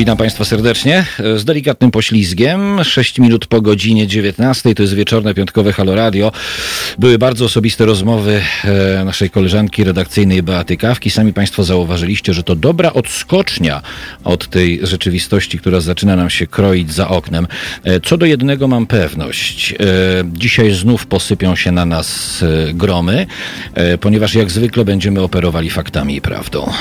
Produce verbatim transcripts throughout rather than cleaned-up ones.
Witam Państwa serdecznie z delikatnym poślizgiem. sześć minut po godzinie dziewiętnastej, to jest wieczorne, piątkowe Halo Radio. Były bardzo osobiste rozmowy naszej koleżanki redakcyjnej Beaty Kawki. Sami Państwo zauważyliście, że to dobra odskocznia od tej rzeczywistości, która zaczyna nam się kroić za oknem. Co do jednego mam pewność. Dzisiaj znów posypią się na nas gromy, ponieważ jak zwykle będziemy operowali faktami i prawdą.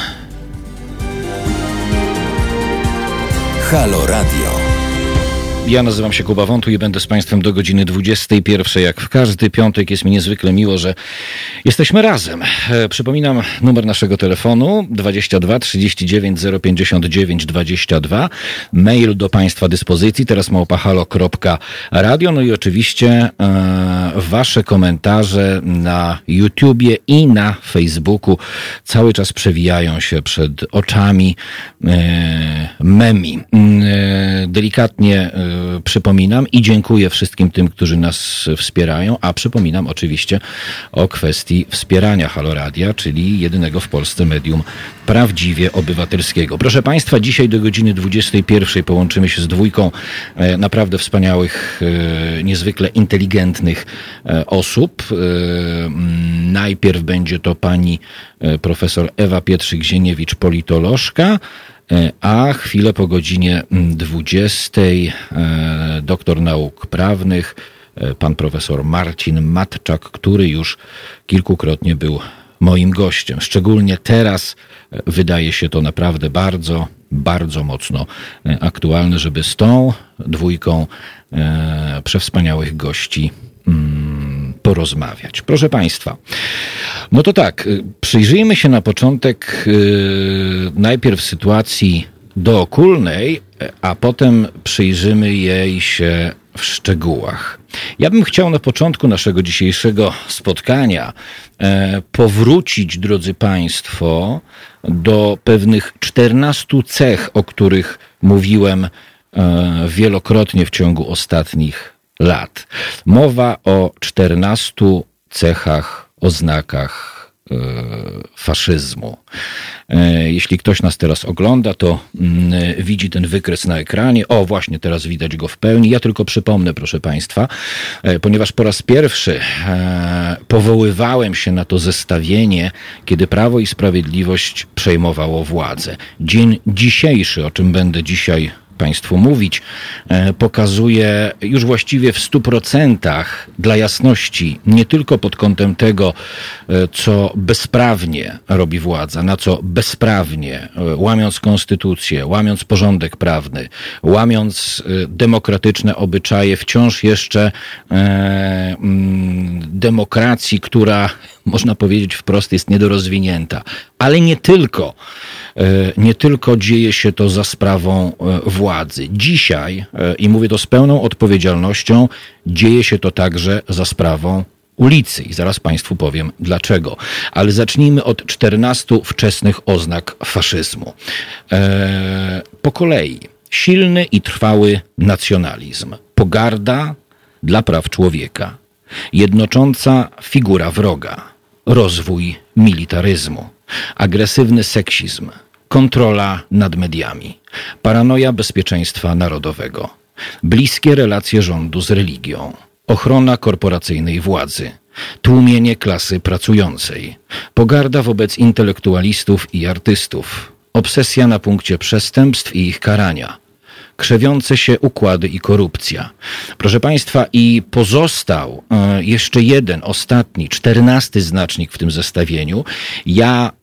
Halo Radio. Ja nazywam się Kuba Wątu i będę z Państwem do godziny dwudziestej pierwszej. Jak w każdy piątek jest mi niezwykle miło, że jesteśmy razem. E, przypominam numer naszego telefonu dwadzieścia dwa trzydzieści dziewięć zero pięćdziesiąt dziewięć dwadzieścia dwa. Mail do Państwa dyspozycji, teraz małpa halo kropka radio. No i oczywiście e, Wasze komentarze na YouTubie i na Facebooku cały czas przewijają się przed oczami e, memi. E, delikatnie e, przypominam i dziękuję wszystkim tym, którzy nas wspierają, a przypominam oczywiście o kwestii wspierania Halo Radia, czyli jedynego w Polsce medium prawdziwie obywatelskiego. Proszę Państwa, dzisiaj do godziny dwudziestej pierwszej połączymy się z dwójką naprawdę wspaniałych, niezwykle inteligentnych osób. Najpierw będzie to pani profesor Ewa Pietrzyk-Zieniewicz, politolożka, a chwilę po godzinie dwudziestej doktor nauk prawnych, pan profesor Marcin Matczak, który już kilkukrotnie był moim gościem. Szczególnie teraz wydaje się to naprawdę bardzo, bardzo mocno aktualne, żeby z tą dwójką przewspaniałych gości porozmawiać. Proszę Państwa, no to tak, przyjrzyjmy się na początek yy, najpierw sytuacji dookólnej, a potem przyjrzymy jej się w szczegółach. Ja bym chciał na początku naszego dzisiejszego spotkania e, powrócić, drodzy Państwo, do pewnych czternastu cech, o których mówiłem e, wielokrotnie w ciągu ostatnich lat. Mowa o czternastu cechach, oznakach e, faszyzmu. E, jeśli ktoś nas teraz ogląda, to mm, widzi ten wykres na ekranie. O, właśnie teraz widać go w pełni. Ja tylko przypomnę, proszę Państwa, e, ponieważ po raz pierwszy e, powoływałem się na to zestawienie, kiedy Prawo i Sprawiedliwość przejmowało władzę. Dzień dzisiejszy, o czym będę dzisiaj Państwu mówić, pokazuje już właściwie w stu procentach dla jasności, nie tylko pod kątem tego, co bezprawnie robi władza, na co bezprawnie, łamiąc konstytucję, łamiąc porządek prawny, łamiąc demokratyczne obyczaje wciąż jeszcze e, demokracji, która, można powiedzieć wprost, jest niedorozwinięta. Ale nie tylko. Nie tylko dzieje się to za sprawą władzy. Dzisiaj, i mówię to z pełną odpowiedzialnością, dzieje się to także za sprawą ulicy. I zaraz Państwu powiem dlaczego. Ale zacznijmy od czternastu wczesnych oznak faszyzmu. Po kolei. Silny i trwały nacjonalizm. Pogarda dla praw człowieka. Jednocząca figura wroga. Rozwój militaryzmu. Agresywny seksizm, kontrola nad mediami, paranoja bezpieczeństwa narodowego, bliskie relacje rządu z religią, ochrona korporacyjnej władzy, tłumienie klasy pracującej, pogarda wobec intelektualistów i artystów, obsesja na punkcie przestępstw i ich karania, krzewiące się układy i korupcja. Proszę Państwa, i pozostał e, jeszcze jeden, ostatni, czternasty znacznik w tym zestawieniu. Ja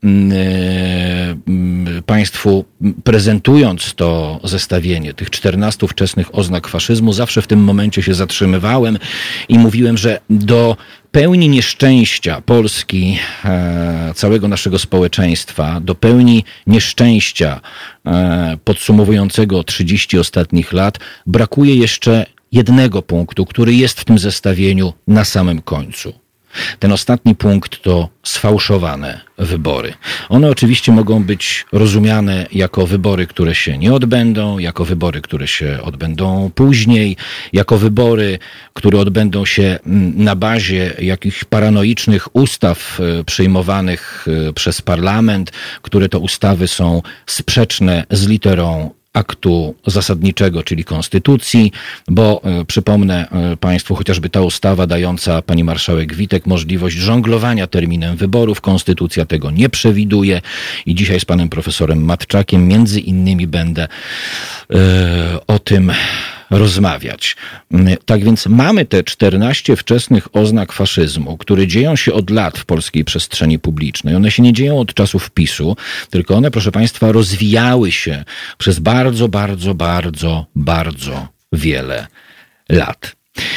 e, Państwu prezentując to zestawienie tych czternastu wczesnych oznak faszyzmu, zawsze w tym momencie się zatrzymywałem i mówiłem, że do pełni nieszczęścia Polski, e, całego naszego społeczeństwa, do pełni nieszczęścia e, podsumowującego trzydzieści ostatnich lat, brakuje jeszcze jednego punktu, który jest w tym zestawieniu na samym końcu. Ten ostatni punkt to sfałszowane wybory. One oczywiście mogą być rozumiane jako wybory, które się nie odbędą, jako wybory, które się odbędą później, jako wybory, które odbędą się na bazie jakichś paranoicznych ustaw przyjmowanych przez parlament, które to ustawy są sprzeczne z literą aktu zasadniczego, czyli konstytucji, bo e, przypomnę e, Państwu, chociażby ta ustawa dająca pani marszałek Witek możliwość żonglowania terminem wyborów, konstytucja tego nie przewiduje i dzisiaj z panem profesorem Matczakiem między innymi będę e, o tym rozmawiać. Tak więc mamy te czternaście wczesnych oznak faszyzmu, które dzieją się od lat w polskiej przestrzeni publicznej. One się nie dzieją od czasów PiSu, tylko one, proszę Państwa, rozwijały się przez bardzo, bardzo, bardzo, bardzo wiele lat.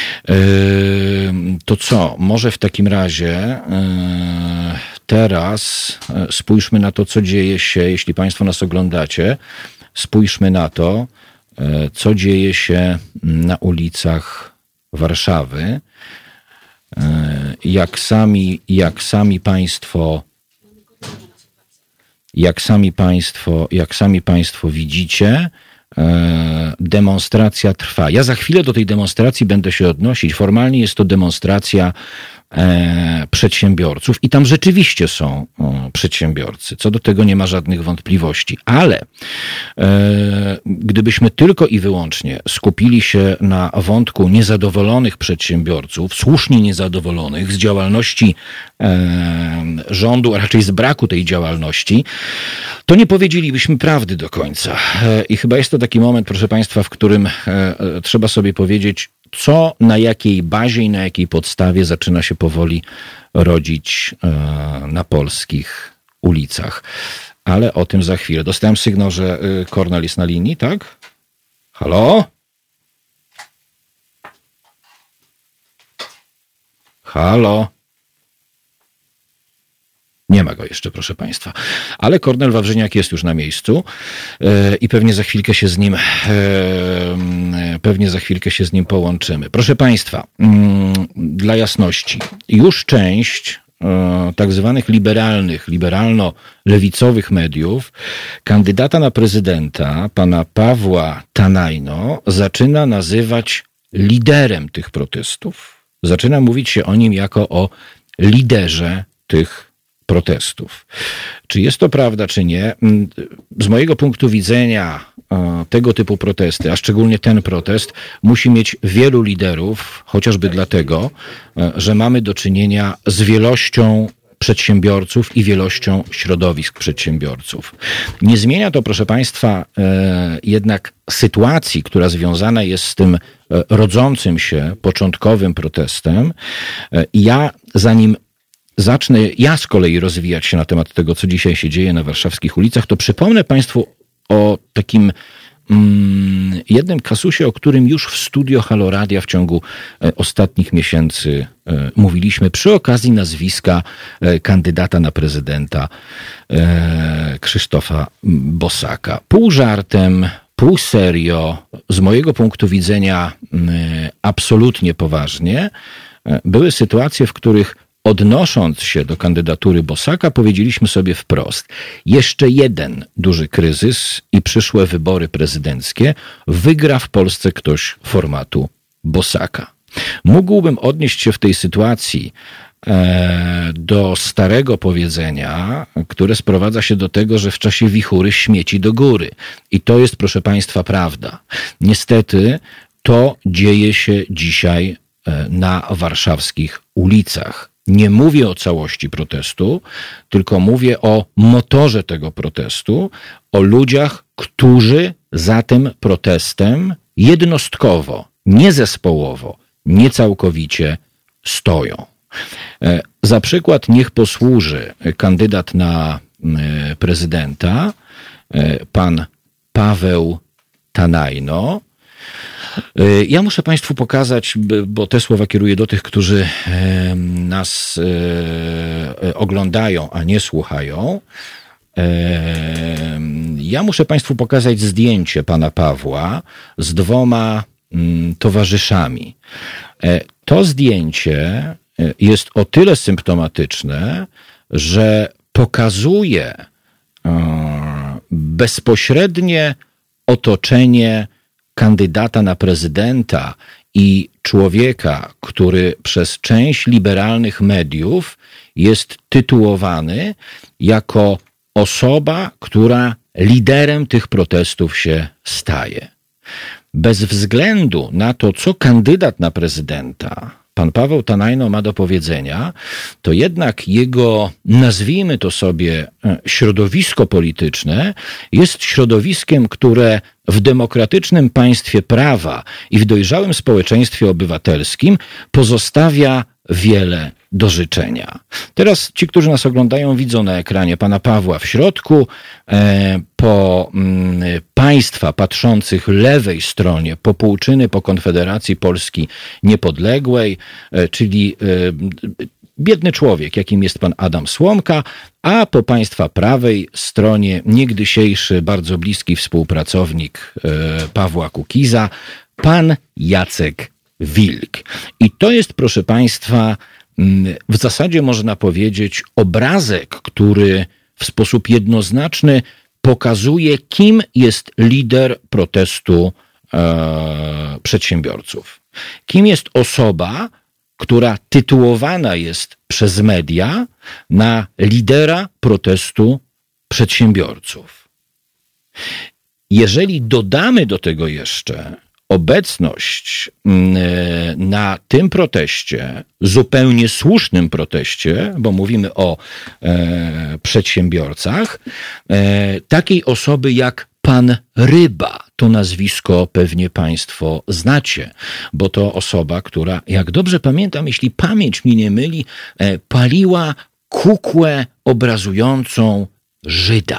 To co? Może w takim razie teraz spójrzmy na to, co dzieje się, jeśli Państwo nas oglądacie, spójrzmy na to, co dzieje się na ulicach Warszawy. Jak sami, jak sami Państwo, jak sami Państwo, jak sami Państwo widzicie, demonstracja trwa. Ja za chwilę do tej demonstracji będę się odnosić. Formalnie jest to demonstracja e, przedsiębiorców i tam rzeczywiście są o, przedsiębiorcy. Co do tego nie ma żadnych wątpliwości. Ale e, gdybyśmy tylko i wyłącznie skupili się na wątku niezadowolonych przedsiębiorców, słusznie niezadowolonych z działalności e, rządu, a raczej z braku tej działalności, to nie powiedzielibyśmy prawdy do końca. E, I chyba jest to taki moment, proszę Państwa, w którym e, e, trzeba sobie powiedzieć, co, na jakiej bazie i na jakiej podstawie zaczyna się powoli rodzić e, na polskich ulicach. Ale o tym za chwilę. Dostałem sygnał, że e, Kornel jest na linii, tak? Halo? Halo? Nie ma go jeszcze, proszę Państwa. Ale Kornel Wawrzyniak jest już na miejscu e, i pewnie za chwilkę się z nim e, pewnie za chwilkę się z nim połączymy. Proszę Państwa, mm, dla jasności, już część e, tak zwanych liberalnych, liberalno-lewicowych mediów kandydata na prezydenta, pana Pawła Tanajno, zaczyna nazywać liderem tych protestów. Zaczyna mówić się o nim jako o liderze tych protestów. Czy jest to prawda, czy nie? Z mojego punktu widzenia tego typu protesty, a szczególnie ten protest, musi mieć wielu liderów, chociażby dlatego, że mamy do czynienia z wielością przedsiębiorców i wielością środowisk przedsiębiorców. Nie zmienia to, proszę Państwa, jednak sytuacji, która związana jest z tym rodzącym się początkowym protestem. Ja, zanim zacznę ja z kolei rozwijać się na temat tego, co dzisiaj się dzieje na warszawskich ulicach, to przypomnę Państwu o takim mm, jednym kasusie, o którym już w studio Halo Radia w ciągu e, ostatnich miesięcy e, mówiliśmy przy okazji nazwiska e, kandydata na prezydenta e, Krzysztofa Bosaka. Pół żartem, pół serio, z mojego punktu widzenia e, absolutnie poważnie, e, były sytuacje, w których odnosząc się do kandydatury Bosaka, powiedzieliśmy sobie wprost, jeszcze jeden duży kryzys i przyszłe wybory prezydenckie wygra w Polsce ktoś formatu Bosaka. Mógłbym odnieść się w tej sytuacji e, do starego powiedzenia, które sprowadza się do tego, że w czasie wichury śmieci do góry. I to jest, proszę Państwa, prawda. Niestety to dzieje się dzisiaj e, na warszawskich ulicach. Nie mówię o całości protestu, tylko mówię o motorze tego protestu, o ludziach, którzy za tym protestem jednostkowo, nie zespołowo, nie całkowicie stoją. Za przykład niech posłuży kandydat na prezydenta, pan Paweł Tanajno. Ja muszę Państwu pokazać, bo te słowa kieruję do tych, którzy nas oglądają, a nie słuchają. Ja muszę Państwu pokazać zdjęcie pana Pawła z dwoma towarzyszami. To zdjęcie jest o tyle symptomatyczne, że pokazuje bezpośrednie otoczenie kandydata na prezydenta i człowieka, który przez część liberalnych mediów jest tytułowany jako osoba, która liderem tych protestów się staje. Bez względu na to, co kandydat na prezydenta, pan Paweł Tanajno, ma do powiedzenia, to jednak jego, nazwijmy to sobie, środowisko polityczne jest środowiskiem, które w demokratycznym państwie prawa i w dojrzałym społeczeństwie obywatelskim pozostawia wiele do życzenia. Teraz ci, którzy nas oglądają, widzą na ekranie pana Pawła w środku, e, po m, państwa patrzących lewej stronie, po Półczyny, po Konfederacji Polski Niepodległej, e, czyli e, biedny człowiek, jakim jest pan Adam Słomka, a po państwa prawej stronie niegdysiejszy, bardzo bliski współpracownik e, Pawła Kukiza, pan Jacek Wilk. I to jest, proszę państwa, w zasadzie można powiedzieć obrazek, który w sposób jednoznaczny pokazuje, kim jest lider protestu e, przedsiębiorców. Kim jest osoba, która tytułowana jest przez media na lidera protestu przedsiębiorców. Jeżeli dodamy do tego jeszcze obecność na tym proteście, zupełnie słusznym proteście, bo mówimy o e, przedsiębiorcach, e, takiej osoby jak pan Ryba. To nazwisko pewnie państwo znacie, bo to osoba, która, jak dobrze pamiętam, jeśli pamięć mi nie myli, e, paliła kukłę obrazującą Żyda.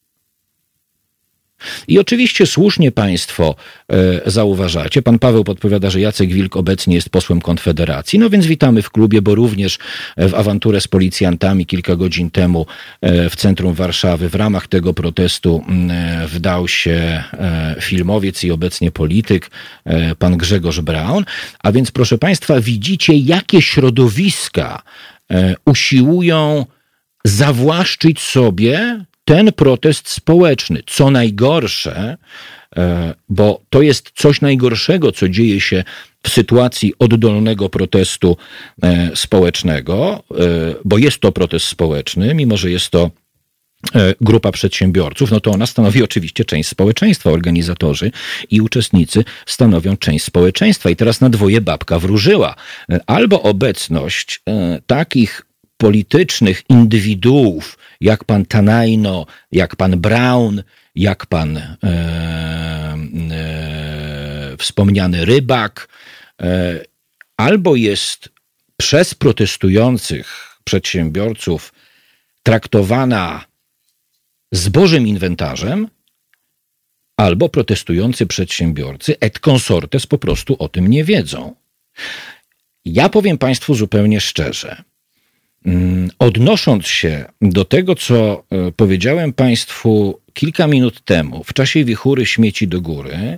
I oczywiście słusznie państwo e, zauważacie, pan Paweł podpowiada, że Jacek Wilk obecnie jest posłem Konfederacji, no więc witamy w klubie, bo również w awanturę z policjantami kilka godzin temu e, w centrum Warszawy w ramach tego protestu e, wdał się e, filmowiec i obecnie polityk, e, pan Grzegorz Braun. A więc proszę państwa, widzicie, jakie środowiska e, usiłują zawłaszczyć sobie ten protest społeczny. Co najgorsze, bo to jest coś najgorszego, co dzieje się w sytuacji oddolnego protestu społecznego, bo jest to protest społeczny, mimo że jest to grupa przedsiębiorców, no to ona stanowi oczywiście część społeczeństwa. Organizatorzy i uczestnicy stanowią część społeczeństwa. I teraz na dwoje babka wróżyła. Albo obecność takich politycznych indywiduów, jak pan Tanajno, jak pan Braun, jak pan e, e, wspomniany Rybak, e, albo jest przez protestujących przedsiębiorców traktowana z bożym inwentarzem, albo protestujący przedsiębiorcy et consortes po prostu o tym nie wiedzą. Ja powiem państwu zupełnie szczerze, odnosząc się do tego, co powiedziałem państwu kilka minut temu, w czasie wichury śmieci do góry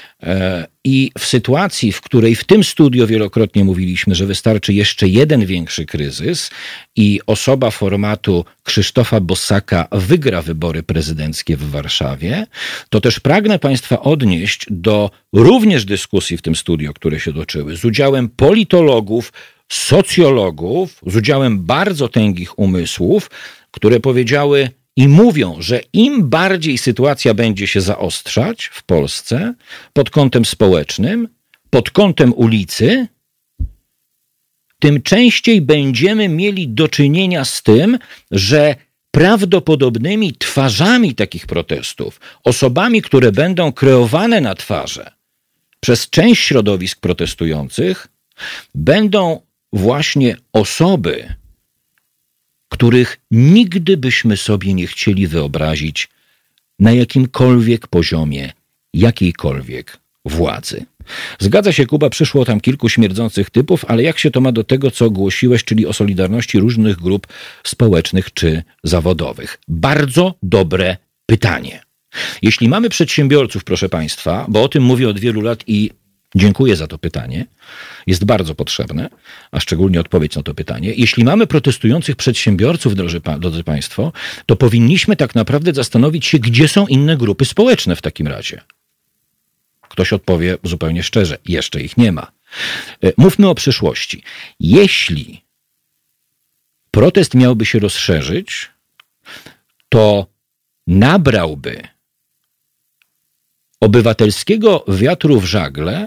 i w sytuacji, w której w tym studio wielokrotnie mówiliśmy, że wystarczy jeszcze jeden większy kryzys i osoba formatu Krzysztofa Bosaka wygra wybory prezydenckie w Warszawie, to też pragnę państwa odnieść do również dyskusji w tym studio, które się toczyły, z udziałem politologów, socjologów, z udziałem bardzo tęgich umysłów, które powiedziały i mówią, że im bardziej sytuacja będzie się zaostrzać w Polsce pod kątem społecznym, pod kątem ulicy, tym częściej będziemy mieli do czynienia z tym, że prawdopodobnymi twarzami takich protestów, osobami, które będą kreowane na twarze przez część środowisk protestujących, będą właśnie osoby, których nigdy byśmy sobie nie chcieli wyobrazić na jakimkolwiek poziomie, jakiejkolwiek władzy. Zgadza się, Kuba, przyszło tam kilku śmierdzących typów, ale jak się to ma do tego, co głosiłeś, czyli o solidarności różnych grup społecznych czy zawodowych? Bardzo dobre pytanie. Jeśli mamy przedsiębiorców, proszę państwa, bo o tym mówię od wielu lat i dziękuję za to pytanie. Jest bardzo potrzebne, a szczególnie odpowiedź na to pytanie. Jeśli mamy protestujących przedsiębiorców, drodzy, pa, drodzy państwo, to powinniśmy tak naprawdę zastanowić się, gdzie są inne grupy społeczne w takim razie. Ktoś odpowie zupełnie szczerze, jeszcze ich nie ma. Mówmy o przyszłości. Jeśli protest miałby się rozszerzyć, to nabrałby obywatelskiego wiatru w żagle,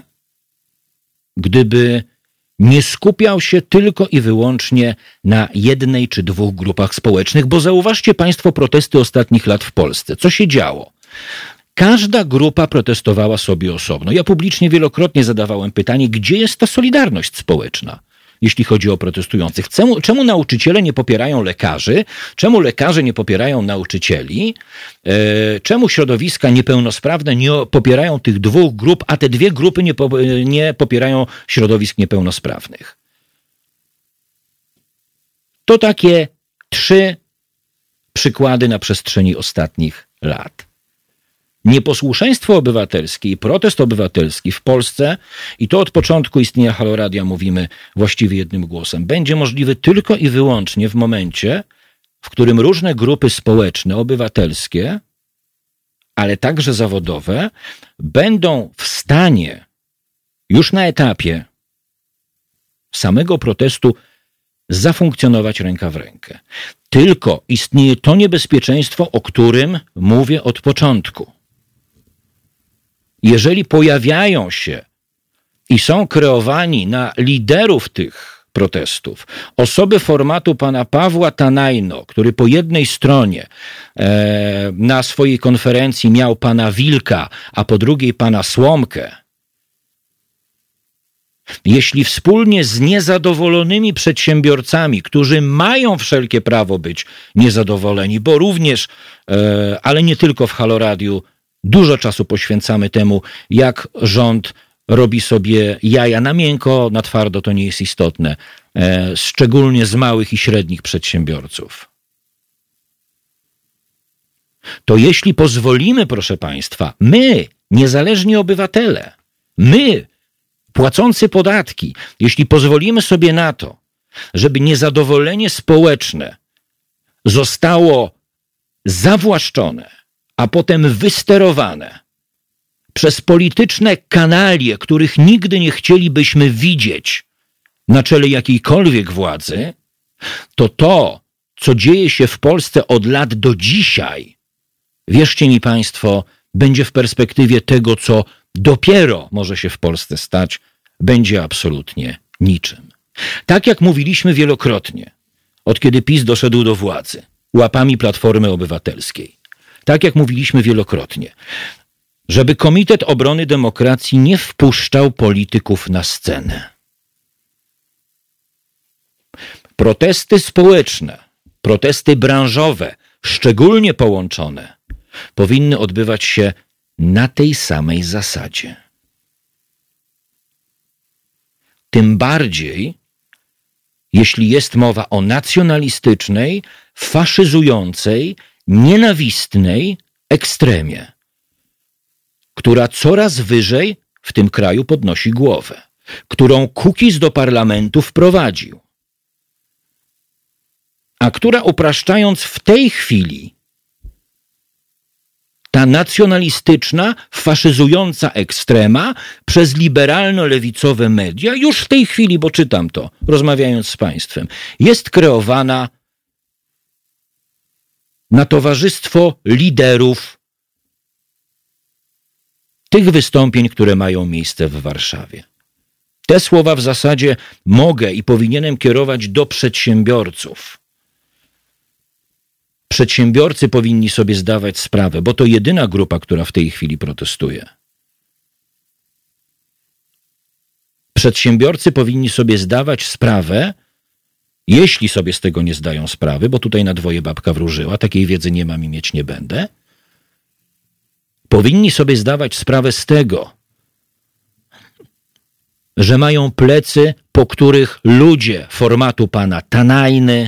gdyby nie skupiał się tylko i wyłącznie na jednej czy dwóch grupach społecznych, bo zauważcie państwo protesty ostatnich lat w Polsce. Co się działo? Każda grupa protestowała sobie osobno. Ja publicznie wielokrotnie zadawałem pytanie, gdzie jest ta solidarność społeczna, jeśli chodzi o protestujących. Czemu, czemu nauczyciele nie popierają lekarzy? Czemu lekarze nie popierają nauczycieli? E, czemu środowiska niepełnosprawne nie popierają tych dwóch grup, a te dwie grupy nie, po, nie popierają środowisk niepełnosprawnych? To takie trzy przykłady na przestrzeni ostatnich lat. Nieposłuszeństwo obywatelskie i protest obywatelski w Polsce, i to od początku istnienia Halo Radia mówimy właściwie jednym głosem, będzie możliwy tylko i wyłącznie w momencie, w którym różne grupy społeczne, obywatelskie, ale także zawodowe, będą w stanie już na etapie samego protestu zafunkcjonować ręka w rękę. Tylko istnieje to niebezpieczeństwo, o którym mówię od początku. Jeżeli pojawiają się i są kreowani na liderów tych protestów osoby formatu pana Pawła Tanajno, który po jednej stronie e, na swojej konferencji miał pana Wilka, a po drugiej pana Słomkę, jeśli wspólnie z niezadowolonymi przedsiębiorcami, którzy mają wszelkie prawo być niezadowoleni, bo również, e, ale nie tylko w Halo Radiu, dużo czasu poświęcamy temu, jak rząd robi sobie jaja na miękko, na twardo to nie jest istotne, e, szczególnie z małych i średnich przedsiębiorców. To jeśli pozwolimy, proszę państwa, my, niezależni obywatele, my, płacący podatki, jeśli pozwolimy sobie na to, żeby niezadowolenie społeczne zostało zawłaszczone, a potem wysterowane przez polityczne kanalie, których nigdy nie chcielibyśmy widzieć na czele jakiejkolwiek władzy, to to, co dzieje się w Polsce od lat do dzisiaj, wierzcie mi państwo, będzie w perspektywie tego, co dopiero może się w Polsce stać, będzie absolutnie niczym. Tak jak mówiliśmy wielokrotnie, od kiedy PiS doszedł do władzy, łapami Platformy Obywatelskiej, tak jak mówiliśmy wielokrotnie, żeby Komitet Obrony Demokracji nie wpuszczał polityków na scenę. Protesty społeczne, protesty branżowe, szczególnie połączone, powinny odbywać się na tej samej zasadzie. Tym bardziej, jeśli jest mowa o nacjonalistycznej, faszyzującej, nienawistnej ekstremie, która coraz wyżej w tym kraju podnosi głowę, którą Kukiz do parlamentu wprowadził, a która, upraszczając, w tej chwili ta nacjonalistyczna, faszyzująca ekstrema przez liberalno-lewicowe media, już w tej chwili, bo czytam to, rozmawiając z państwem, jest kreowana na towarzystwo liderów tych wystąpień, które mają miejsce w Warszawie. Te słowa w zasadzie mogę i powinienem kierować do przedsiębiorców. Przedsiębiorcy powinni sobie zdawać sprawę, bo to jedyna grupa, która w tej chwili protestuje. Przedsiębiorcy powinni sobie zdawać sprawę, jeśli sobie z tego nie zdają sprawy, bo tutaj na dwoje babka wróżyła, takiej wiedzy nie mam i mieć nie będę, powinni sobie zdawać sprawę z tego, że mają plecy, po których ludzie formatu pana Tanajny,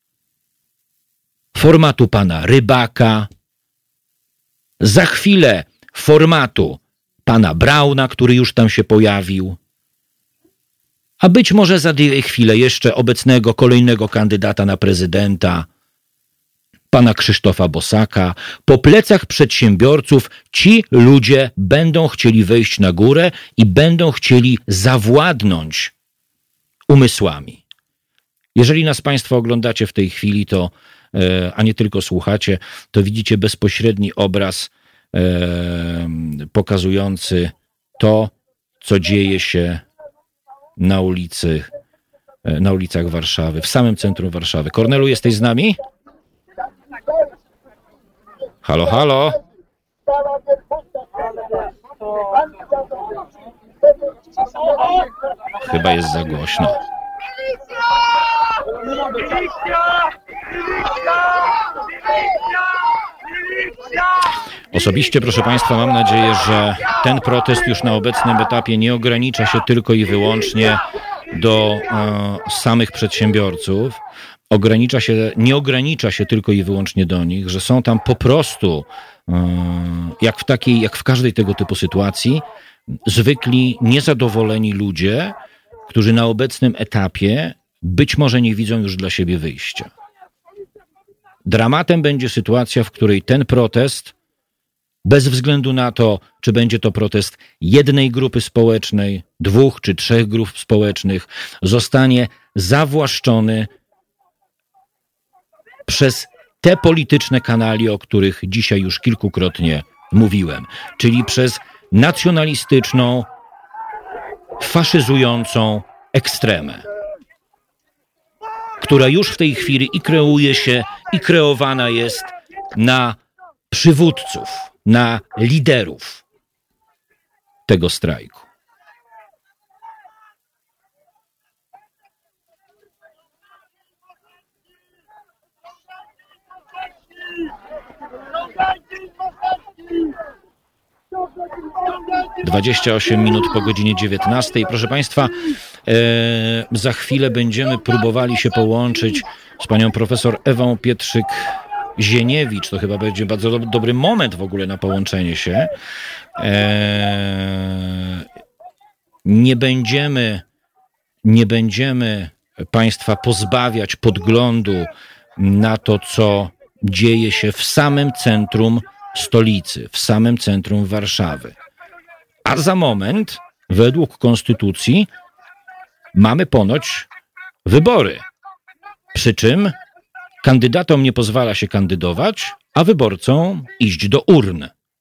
formatu pana Rybaka, za chwilę formatu pana Brauna, który już tam się pojawił, a być może za dwie chwile jeszcze obecnego kolejnego kandydata na prezydenta, pana Krzysztofa Bosaka, po plecach przedsiębiorców ci ludzie będą chcieli wejść na górę i będą chcieli zawładnąć umysłami. Jeżeli nas państwo oglądacie w tej chwili, to a nie tylko słuchacie, to widzicie bezpośredni obraz pokazujący to, co dzieje się na ulicy, na ulicach Warszawy, w samym centrum Warszawy. Kornelu, jesteś z nami? Halo, halo? Chyba jest za głośno. Osobiście, proszę Państwa, mam nadzieję, że ten protest już na obecnym etapie nie ogranicza się tylko i wyłącznie do e, samych przedsiębiorców. Ogranicza się, nie ogranicza się tylko i wyłącznie do nich, że są tam po prostu, e, jak w takiej, jak w każdej tego typu sytuacji, zwykli, niezadowoleni ludzie, którzy na obecnym etapie być może nie widzą już dla siebie wyjścia. Dramatem będzie sytuacja, w której ten protest, bez względu na to, czy będzie to protest jednej grupy społecznej, dwóch czy trzech grup społecznych, zostanie zawłaszczony przez te polityczne kanalia, o których dzisiaj już kilkukrotnie mówiłem, czyli przez nacjonalistyczną, faszyzującą ekstremę, która już w tej chwili i kreuje się, i kreowana jest na przywódców, na liderów tego strajku. dwadzieścia osiem minut po godzinie dziewiętnastej. Proszę Państwa, e, za chwilę będziemy próbowali się połączyć z panią profesor Ewą Pietrzyk-Zieniewicz. To chyba będzie bardzo do, dobry moment w ogóle na połączenie się. E, nie będziemy, nie będziemy Państwa pozbawiać podglądu na to, co dzieje się w samym centrum stolicy, w samym centrum Warszawy. A za moment, według konstytucji, mamy ponoć wybory. Przy czym kandydatom nie pozwala się kandydować, a wyborcom iść do urn.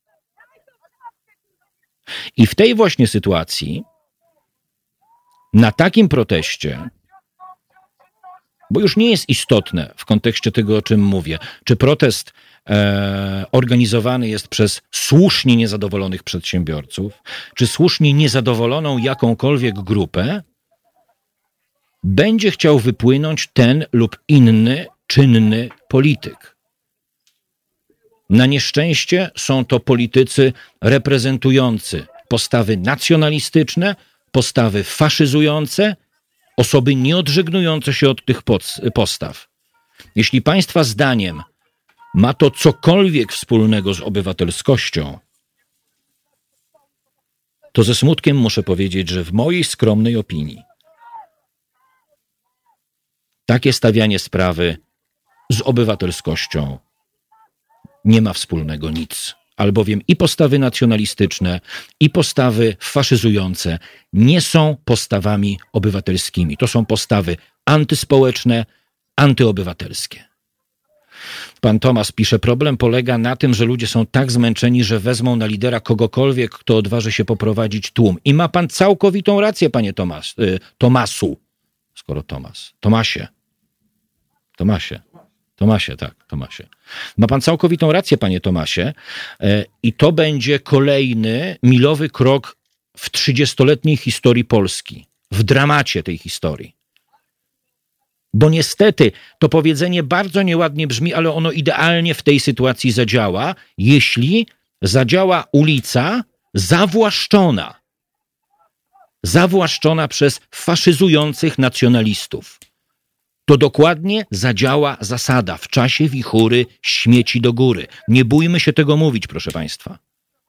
I w tej właśnie sytuacji, na takim proteście, bo już nie jest istotne w kontekście tego, o czym mówię, czy protest e, organizowany jest przez słusznie niezadowolonych przedsiębiorców, czy słusznie niezadowoloną jakąkolwiek grupę, będzie chciał wypłynąć ten lub inny czynny polityk. Na nieszczęście są to politycy reprezentujący postawy nacjonalistyczne, postawy faszyzujące, osoby nieodżegnujące się od tych postaw. Jeśli Państwa zdaniem ma to cokolwiek wspólnego z obywatelskością, to ze smutkiem muszę powiedzieć, że w mojej skromnej opinii takie stawianie sprawy z obywatelskością nie ma wspólnego nic. Albowiem i postawy nacjonalistyczne, i postawy faszyzujące nie są postawami obywatelskimi. To są postawy antyspołeczne, antyobywatelskie. Pan Tomasz pisze, problem polega na tym, że ludzie są tak zmęczeni, że wezmą na lidera kogokolwiek, kto odważy się poprowadzić tłum. I ma pan całkowitą rację, panie Tomasz, y, Tomasu. Skoro Tomasz. Tomasie. Tomasie. Tomasie, tak, Tomasie. Ma pan całkowitą rację, panie Tomasie. I to będzie kolejny milowy krok w trzydziestoletniej historii Polski. W dramacie tej historii. Bo niestety to powiedzenie bardzo nieładnie brzmi, ale ono idealnie w tej sytuacji zadziała, jeśli zadziała ulica zawłaszczona. Zawłaszczona przez faszyzujących nacjonalistów. To dokładnie zadziała zasada w czasie wichury śmieci do góry. Nie bójmy się tego mówić, proszę Państwa.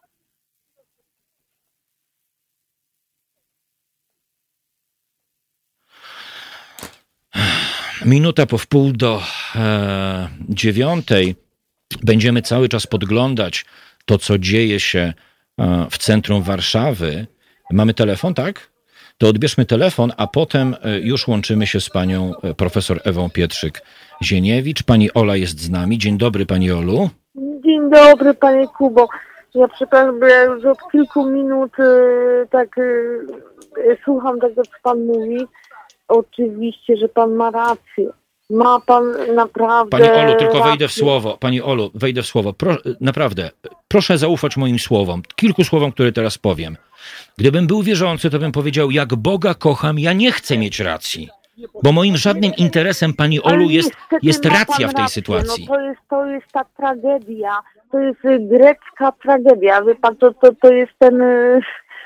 Minuta po wpół do e, dziewiątej. Będziemy cały czas podglądać to, co dzieje się e, w centrum Warszawy. Mamy telefon, tak? To odbierzmy telefon, a potem już łączymy się z panią profesor Ewą Zieniewicz. Pani Ola jest z nami. Dzień dobry, pani Olu. Dzień dobry, panie Kubo. Ja przepraszam, bo ja już od kilku minut yy, tak yy, słucham tego, co pan mówi. Oczywiście, że pan ma rację. Ma pan naprawdę Pani Olu, tylko rację. wejdę w słowo. Pani Olu, wejdę w słowo. Pro, naprawdę, proszę zaufać moim słowom. Kilku słowom, które teraz powiem. Gdybym był wierzący, to bym powiedział, jak Boga kocham, ja nie chcę mieć racji. Bo moim żadnym interesem, pani Ale Olu, jest, niestety jest ma pan racja w tej rację. sytuacji. No to jest, to jest ta tragedia. To jest y, grecka tragedia. Wie pan, to, to, to jest ten... Y...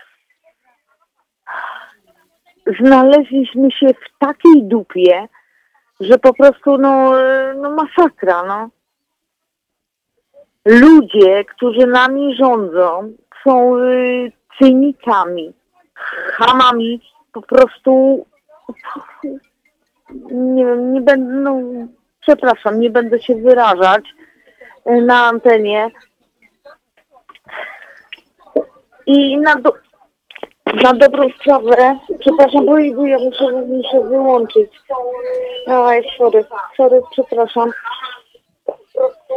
Znaleźliśmy się w takiej dupie, że po prostu no, y, no masakra, no. Ludzie, którzy nami rządzą, są y, cynikami, chamami, po prostu nie wiem, nie będę, no przepraszam, nie będę się wyrażać y, na antenie. I na, do, na dobrą sprawę, przepraszam, bo ja muszę, muszę wyłączyć. Aj, sorry, sorry, przepraszam. Po prostu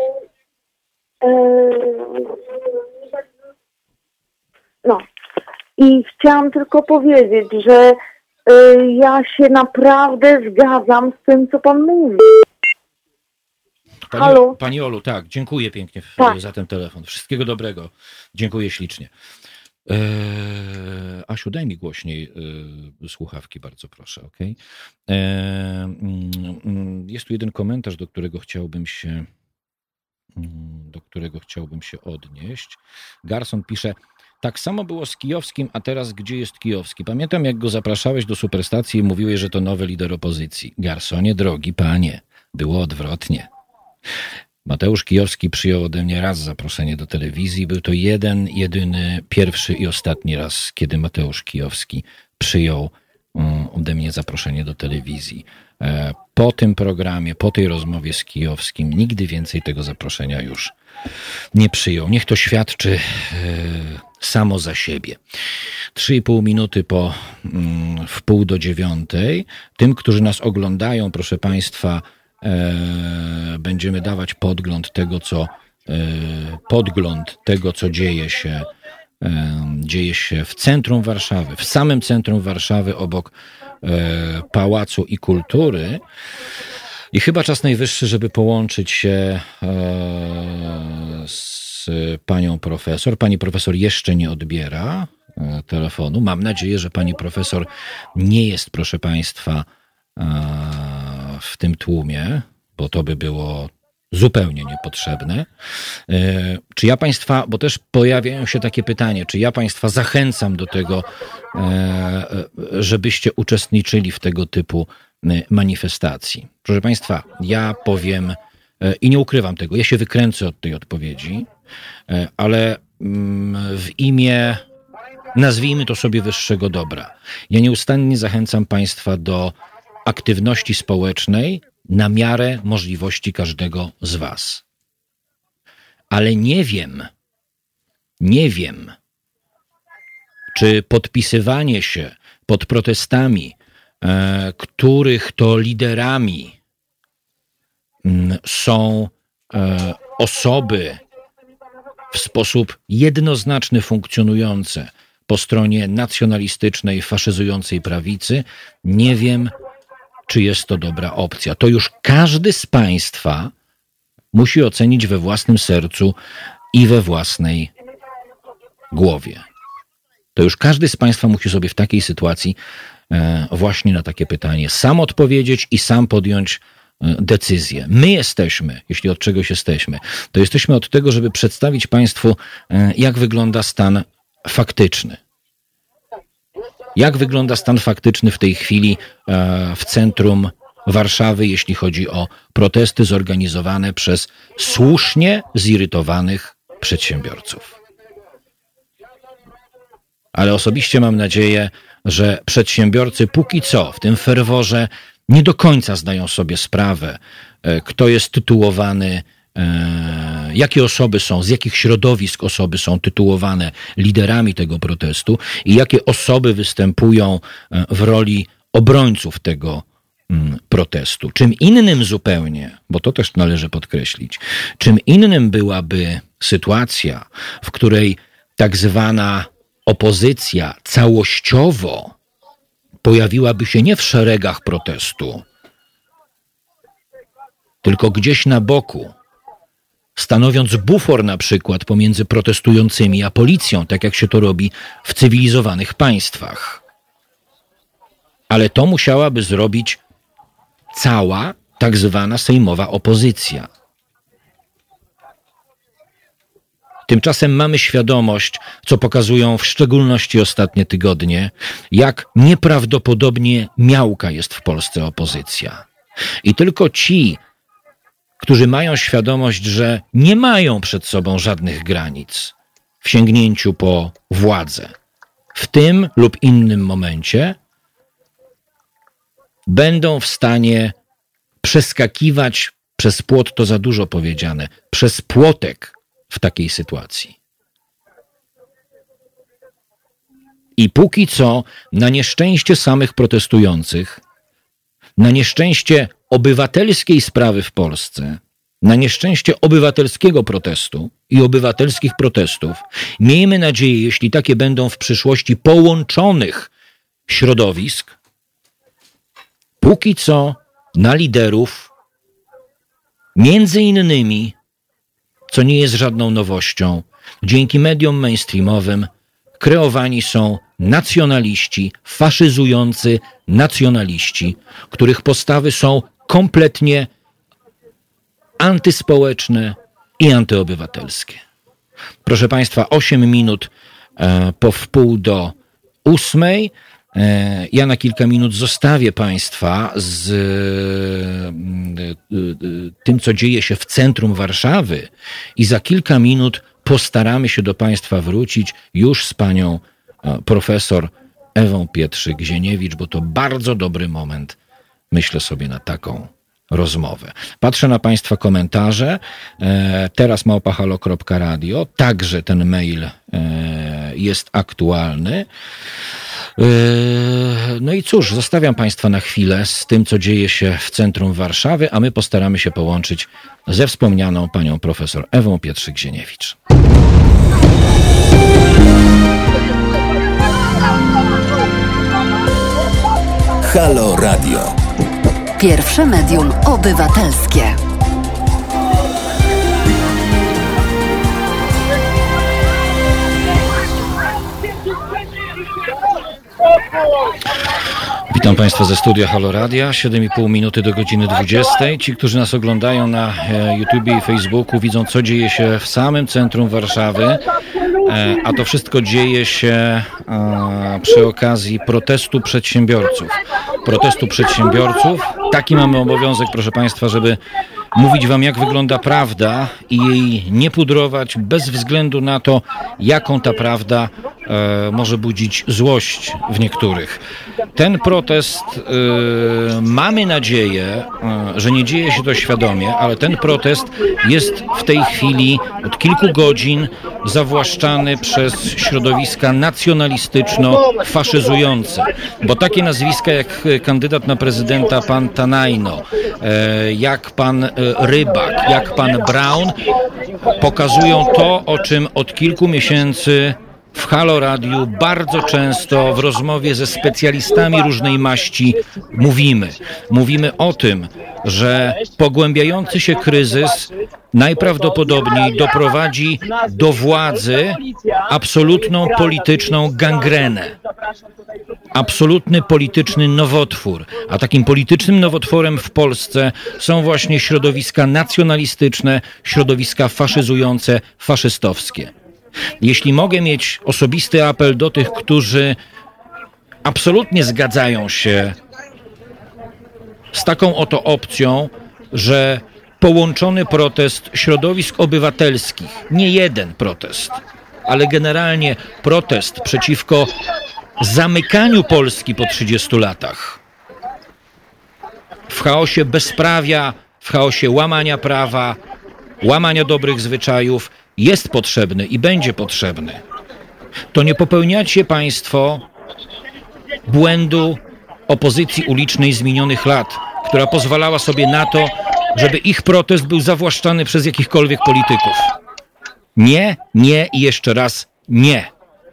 No i chciałam tylko powiedzieć, że y, ja się naprawdę zgadzam z tym, co pan mówi. Pani, Halo? Pani Olu, tak, dziękuję pięknie Tak. za ten telefon. Wszystkiego dobrego. Dziękuję ślicznie. Eee, Asiu, daj mi głośniej e, słuchawki, bardzo proszę, okej? Okay? Mm, jest tu jeden komentarz, do którego chciałbym się do którego chciałbym się odnieść. Garson pisze, tak samo było z Kijowskim, a teraz gdzie jest Kijowski? Pamiętam, jak go zapraszałeś do Superstacji i mówiłeś, że to nowy lider opozycji. Garsonie, drogi panie, było odwrotnie. Mateusz Kijowski przyjął ode mnie raz zaproszenie do telewizji. Był to jeden, jedyny, pierwszy i ostatni raz, kiedy Mateusz Kijowski przyjął um, ode mnie zaproszenie do telewizji. E, po tym programie, po tej rozmowie z Kijowskim nigdy więcej tego zaproszenia już nie przyjął. Niech to świadczy e, samo za siebie. Trzy i pół minuty po mm, w pół do dziewiątej. Tym, którzy nas oglądają, proszę państwa, E, będziemy dawać podgląd tego, co e, podgląd tego, co dzieje się, e, dzieje się w centrum Warszawy, w samym centrum Warszawy, obok e, Pałacu i Kultury. I chyba czas najwyższy, żeby połączyć się e, z panią profesor. Pani profesor jeszcze nie odbiera e, telefonu. Mam nadzieję, że pani profesor nie jest, proszę państwa, w tym tłumie, bo to by było zupełnie niepotrzebne. Czy ja państwa, bo też pojawiają się takie pytanie, czy ja państwa zachęcam do tego, żebyście uczestniczyli w tego typu manifestacji. Proszę państwa, ja powiem i nie ukrywam tego, ja się wykręcę od tej odpowiedzi, ale w imię, nazwijmy to sobie, wyższego dobra. Ja nieustannie zachęcam państwa do aktywności społecznej na miarę możliwości każdego z was. Ale nie wiem, nie wiem, czy podpisywanie się pod protestami, e, których to liderami m, są e, osoby w sposób jednoznaczny funkcjonujące po stronie nacjonalistycznej, faszyzującej prawicy, nie wiem, czy jest to dobra opcja. To już każdy z państwa musi ocenić we własnym sercu i we własnej głowie. To już każdy z państwa musi sobie w takiej sytuacji e, właśnie na takie pytanie sam odpowiedzieć i sam podjąć e, decyzję. My jesteśmy, jeśli od czegoś jesteśmy, to jesteśmy od tego, żeby przedstawić państwu, e, jak wygląda stan faktyczny. Jak wygląda stan faktyczny w tej chwili e, w centrum Warszawy, jeśli chodzi o protesty zorganizowane przez słusznie zirytowanych przedsiębiorców. Ale osobiście mam nadzieję, że przedsiębiorcy póki co w tym ferworze nie do końca zdają sobie sprawę, e, kto jest tytułowany, e, jakie osoby są, z jakich środowisk osoby są tytułowane liderami tego protestu i jakie osoby występują w roli obrońców tego mm, protestu. Czym innym zupełnie, bo to też należy podkreślić, czym innym byłaby sytuacja, w której tak zwana opozycja całościowo pojawiłaby się nie w szeregach protestu, tylko gdzieś na boku, stanowiąc bufor na przykład pomiędzy protestującymi a policją, tak jak się to robi w cywilizowanych państwach. Ale to musiałaby zrobić cała tak zwana sejmowa opozycja. Tymczasem mamy świadomość, co pokazują w szczególności ostatnie tygodnie, jak nieprawdopodobnie miałka jest w Polsce opozycja. I tylko ci, którzy mają świadomość, że nie mają przed sobą żadnych granic w sięgnięciu po władzę, w tym lub innym momencie będą w stanie przeskakiwać przez płot, to za dużo powiedziane, przez płotek w takiej sytuacji. I póki co, na nieszczęście samych protestujących, na nieszczęście obywatelskiej sprawy w Polsce, na nieszczęście obywatelskiego protestu i obywatelskich protestów, miejmy nadzieję, jeśli takie będą w przyszłości połączonych środowisk, póki co na liderów, między innymi, co nie jest żadną nowością, dzięki mediom mainstreamowym kreowani są nacjonaliści, faszyzujący nacjonaliści, których postawy są kompletnie antyspołeczne i antyobywatelskie. Proszę Państwa, osiem minut e, po wpół do ósmej. E, ja na kilka minut zostawię Państwa z e, e, tym, co dzieje się w centrum Warszawy i za kilka minut postaramy się do Państwa wrócić już z panią e, profesor Ewą Pietrzyk-Zieniewicz, bo to bardzo dobry moment, myślę sobie, na taką rozmowę. Patrzę na Państwa komentarze. E, teraz małpa halo kropka radio. Także ten mail e, jest aktualny. E, no i cóż, zostawiam Państwa na chwilę z tym, co dzieje się w centrum Warszawy, a my postaramy się połączyć ze wspomnianą panią profesor Ewą Pietrzyk-Zieniewicz. Halo Radio. Pierwsze medium obywatelskie. Witam Państwa ze studia Halo Radia, siedem i pół minuty do godziny dwudziestej. Ci, którzy nas oglądają na YouTubie i Facebooku, widzą, co dzieje się w samym centrum Warszawy, a to wszystko dzieje się przy okazji protestu przedsiębiorców. Protestu przedsiębiorców. Taki mamy obowiązek, proszę Państwa, żeby mówić Wam, jak wygląda prawda i jej nie pudrować bez względu na to, jaką ta prawda e, może budzić złość w niektórych. Ten protest, e, mamy nadzieję, e, że nie dzieje się to świadomie, ale ten protest jest w tej chwili od kilku godzin zawłaszczany przez środowiska nacjonalistyczno-faszyzujące. Bo takie nazwiska jak kandydat na prezydenta pan Tanajno, e, jak pan Rybak, jak pan Braun pokazują to, o czym od kilku miesięcy w Halo Radiu bardzo często w rozmowie ze specjalistami różnej maści mówimy. Mówimy o tym, że pogłębiający się kryzys najprawdopodobniej doprowadzi do władzy absolutną polityczną gangrenę. Absolutny polityczny nowotwór. A takim politycznym nowotworem w Polsce są właśnie środowiska nacjonalistyczne, środowiska faszyzujące, faszystowskie. Jeśli mogę mieć osobisty apel do tych, którzy absolutnie zgadzają się z taką oto opcją, że połączony protest środowisk obywatelskich, nie jeden protest, ale generalnie protest przeciwko zamykaniu Polski po trzydziestu latach, w chaosie bezprawia, w chaosie łamania prawa, łamania dobrych zwyczajów, jest potrzebny i będzie potrzebny. To nie popełniacie Państwo błędu opozycji ulicznej z minionych lat, która pozwalała sobie na to, żeby ich protest był zawłaszczany przez jakichkolwiek polityków. Nie, nie i jeszcze raz nie.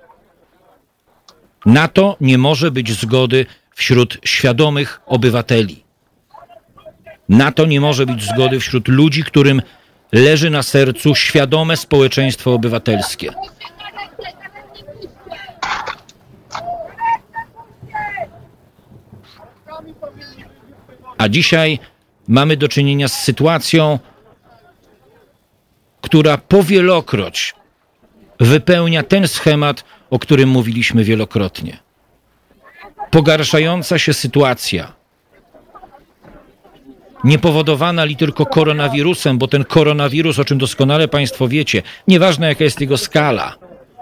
Na to nie może być zgody wśród świadomych obywateli. Na to nie może być zgody wśród ludzi, którym leży na sercu świadome społeczeństwo obywatelskie. A dzisiaj mamy do czynienia z sytuacją, która powielokroć wypełnia ten schemat, o którym mówiliśmy wielokrotnie. Pogarszająca się sytuacja, niepowodowana li tylko koronawirusem, bo ten koronawirus, o czym doskonale Państwo wiecie, nieważne jaka jest jego skala,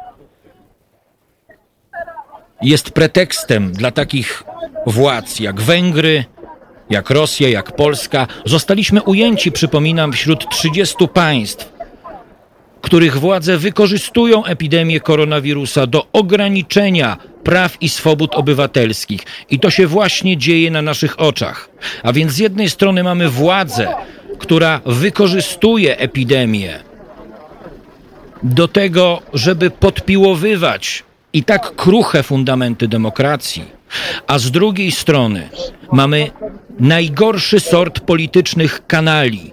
jest pretekstem dla takich władz jak Węgry, jak Rosja, jak Polska. Zostaliśmy ujęci, przypominam, wśród trzydziestu państw, których władze wykorzystują epidemię koronawirusa do ograniczenia praw i swobód obywatelskich. I to się właśnie dzieje na naszych oczach. A więc z jednej strony mamy władzę, która wykorzystuje epidemię do tego, żeby podpiłowywać i tak kruche fundamenty demokracji, a z drugiej strony mamy najgorszy sort politycznych kanali,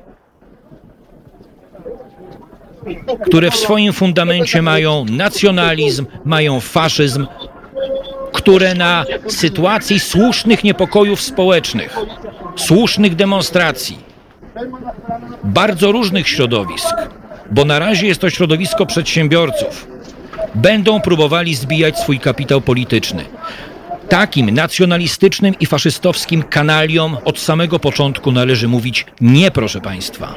które w swoim fundamencie mają nacjonalizm, mają faszyzm, które na sytuacji słusznych niepokojów społecznych, słusznych demonstracji, bardzo różnych środowisk, bo na razie jest to środowisko przedsiębiorców, będą próbowali zbijać swój kapitał polityczny. Takim nacjonalistycznym i faszystowskim kanaliom od samego początku należy mówić nie, proszę Państwa.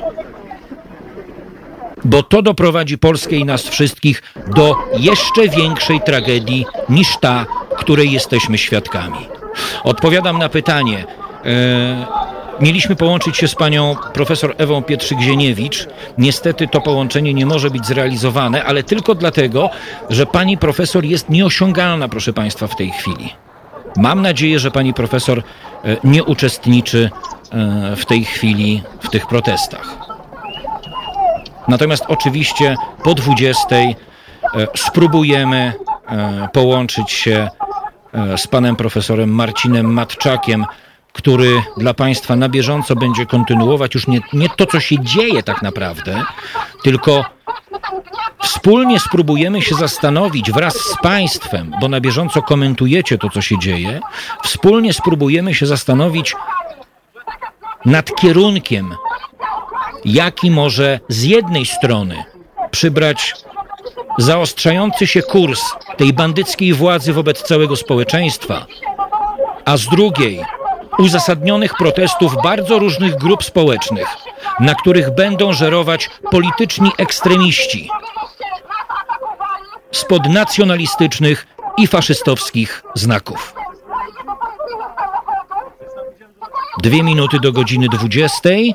Bo to doprowadzi Polskę i nas wszystkich do jeszcze większej tragedii niż ta, której jesteśmy świadkami. Odpowiadam na pytanie. E, mieliśmy połączyć się z panią profesor Ewą Pietrzyk-Zieniewicz. Niestety to połączenie nie może być zrealizowane, ale tylko dlatego, że pani profesor jest nieosiągalna, proszę Państwa, w tej chwili. Mam nadzieję, że pani profesor nie uczestniczy w tej chwili w tych protestach. Natomiast oczywiście po dwudziestej spróbujemy połączyć się z panem profesorem Marcinem Matczakiem, który dla Państwa na bieżąco będzie kontynuować już nie, nie to, co się dzieje tak naprawdę, tylko wspólnie spróbujemy się zastanowić wraz z Państwem, bo na bieżąco komentujecie to, co się dzieje, wspólnie spróbujemy się zastanowić nad kierunkiem, jaki może z jednej strony przybrać zaostrzający się kurs tej bandyckiej władzy wobec całego społeczeństwa, a z drugiej uzasadnionych protestów bardzo różnych grup społecznych, na których będą żerować polityczni ekstremiści spod nacjonalistycznych i faszystowskich znaków. Dwie minuty do godziny dwudziestej.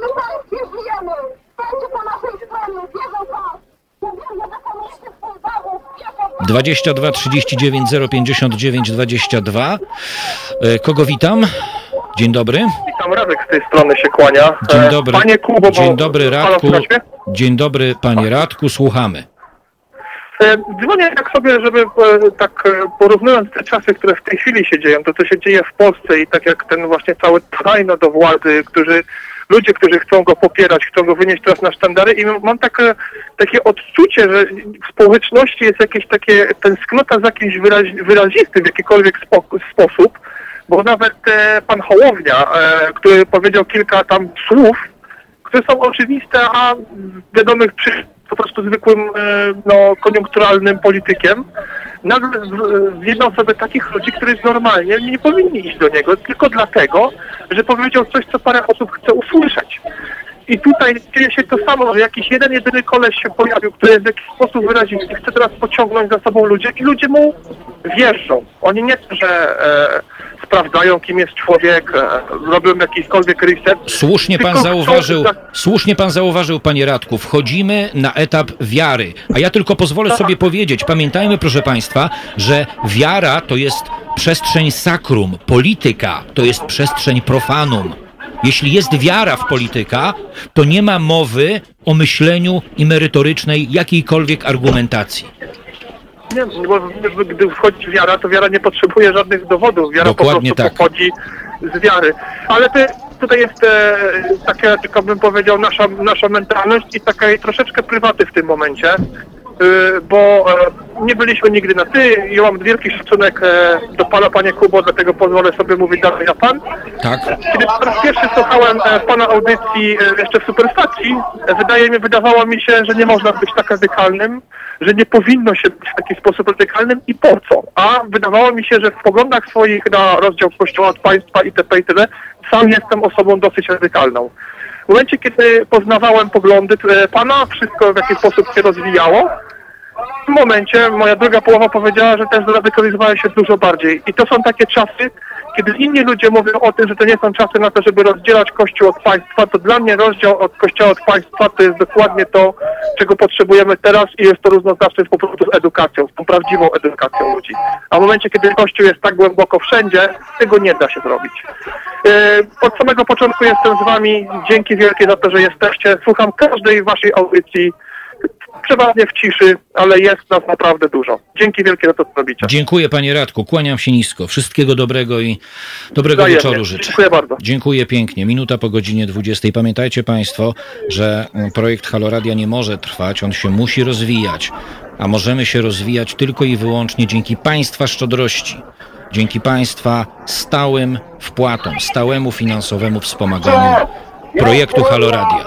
dwadzieścia dwa trzydzieści dziewięć zero pięćdziesiąt dziewięć dwadzieścia dwa. Kogo witam? Dzień dobry. Witam, Radek z tej strony się kłania. Dzień dobry. Panie Kubo, Dzień dobry, Radku. Halo, Dzień dobry, panie Radku, słuchamy. Dzwonię tak sobie, żeby tak porównując te czasy, które w tej chwili się dzieją, to co się dzieje w Polsce i tak jak ten właśnie cały trajno do władzy, którzy ludzie, którzy chcą go popierać, chcą go wynieść teraz na sztandary i mam takie, takie odczucie, że w społeczności jest jakieś takie tęsknota za jakimś wyraz, wyrazistym w jakikolwiek spo, sposób, bo nawet e, pan Hołownia, e, który powiedział kilka tam słów, które są oczywiste, a wiadomych przy po prostu zwykłym, e, no, koniunkturalnym politykiem, nagle zjednał sobie takich ludzi, którzy normalnie nie powinni iść do niego, tylko dlatego, że powiedział coś, co parę osób chce usłyszeć. I tutaj dzieje się to samo, że jakiś jeden, jedyny koleś się pojawił, który jest w jakiś sposób wyrazisty, chce teraz pociągnąć za sobą ludzie i ludzie mu wierzą. Oni nie to, że e, sprawdzają, kim jest człowiek, e, robią jakikolwiek research. Słusznie pan zauważył, chcą... słusznie pan zauważył, panie Radku, wchodzimy na etap wiary. A ja tylko pozwolę tak. sobie powiedzieć, pamiętajmy, proszę państwa, że wiara to jest przestrzeń sakrum, polityka to jest przestrzeń profanum. Jeśli jest wiara w polityka, to nie ma mowy o myśleniu i merytorycznej jakiejkolwiek argumentacji. Nie, bo gdy wchodzi wiara, to wiara nie potrzebuje żadnych dowodów. Wiara Dokładnie po prostu tak. pochodzi z wiary. Ale to, tutaj jest e, taka, tylko bym powiedział, nasza, nasza mentalność i taka troszeczkę prywaty w tym momencie. Bo nie byliśmy nigdy na ty. Ja mam wielki szacunek do pana, panie Kubo, dlatego pozwolę sobie mówić dalej na pan. Tak. Kiedy po raz pierwszy słuchałem pana audycji jeszcze w Superstacji, wydaje mi, wydawało mi się, że nie można być tak radykalnym, że nie powinno się być w taki sposób radykalnym i po co? A wydawało mi się, że w poglądach swoich na rozdział Kościoła od państwa itp. itd. sam jestem osobą dosyć radykalną. W momencie, kiedy poznawałem poglądy pana, wszystko w jakiś sposób się rozwijało. W tym momencie moja druga połowa powiedziała, że też zradykalizowałem się dużo bardziej. I to są takie czasy, kiedy inni ludzie mówią o tym, że to nie są czasy na to, żeby rozdzielać Kościół od państwa, to dla mnie rozdział od Kościoła od państwa to jest dokładnie to, czego potrzebujemy teraz i jest to równoznaczne po prostu z edukacją, z tą prawdziwą edukacją ludzi. A w momencie, kiedy Kościół jest tak głęboko wszędzie, tego nie da się zrobić. Od samego początku jestem z wami. Dzięki wielkie za to, że jesteście. Słucham każdej waszej audycji. Przeważnie w ciszy, ale jest nas naprawdę dużo. Dzięki wielkie za to, co robicie. Dziękuję, panie Radku. Kłaniam się nisko. Wszystkiego dobrego i dobrego Wzajemnie. wieczoru życzę. Dziękuję bardzo. Dziękuję pięknie. Minuta po godzinie dwudziestej. Pamiętajcie państwo, że projekt Halo Radia nie może trwać. On się musi rozwijać. A możemy się rozwijać tylko i wyłącznie dzięki państwa szczodrości. Dzięki państwa stałym wpłatom, stałemu finansowemu wspomaganiu projektu Halo Radia.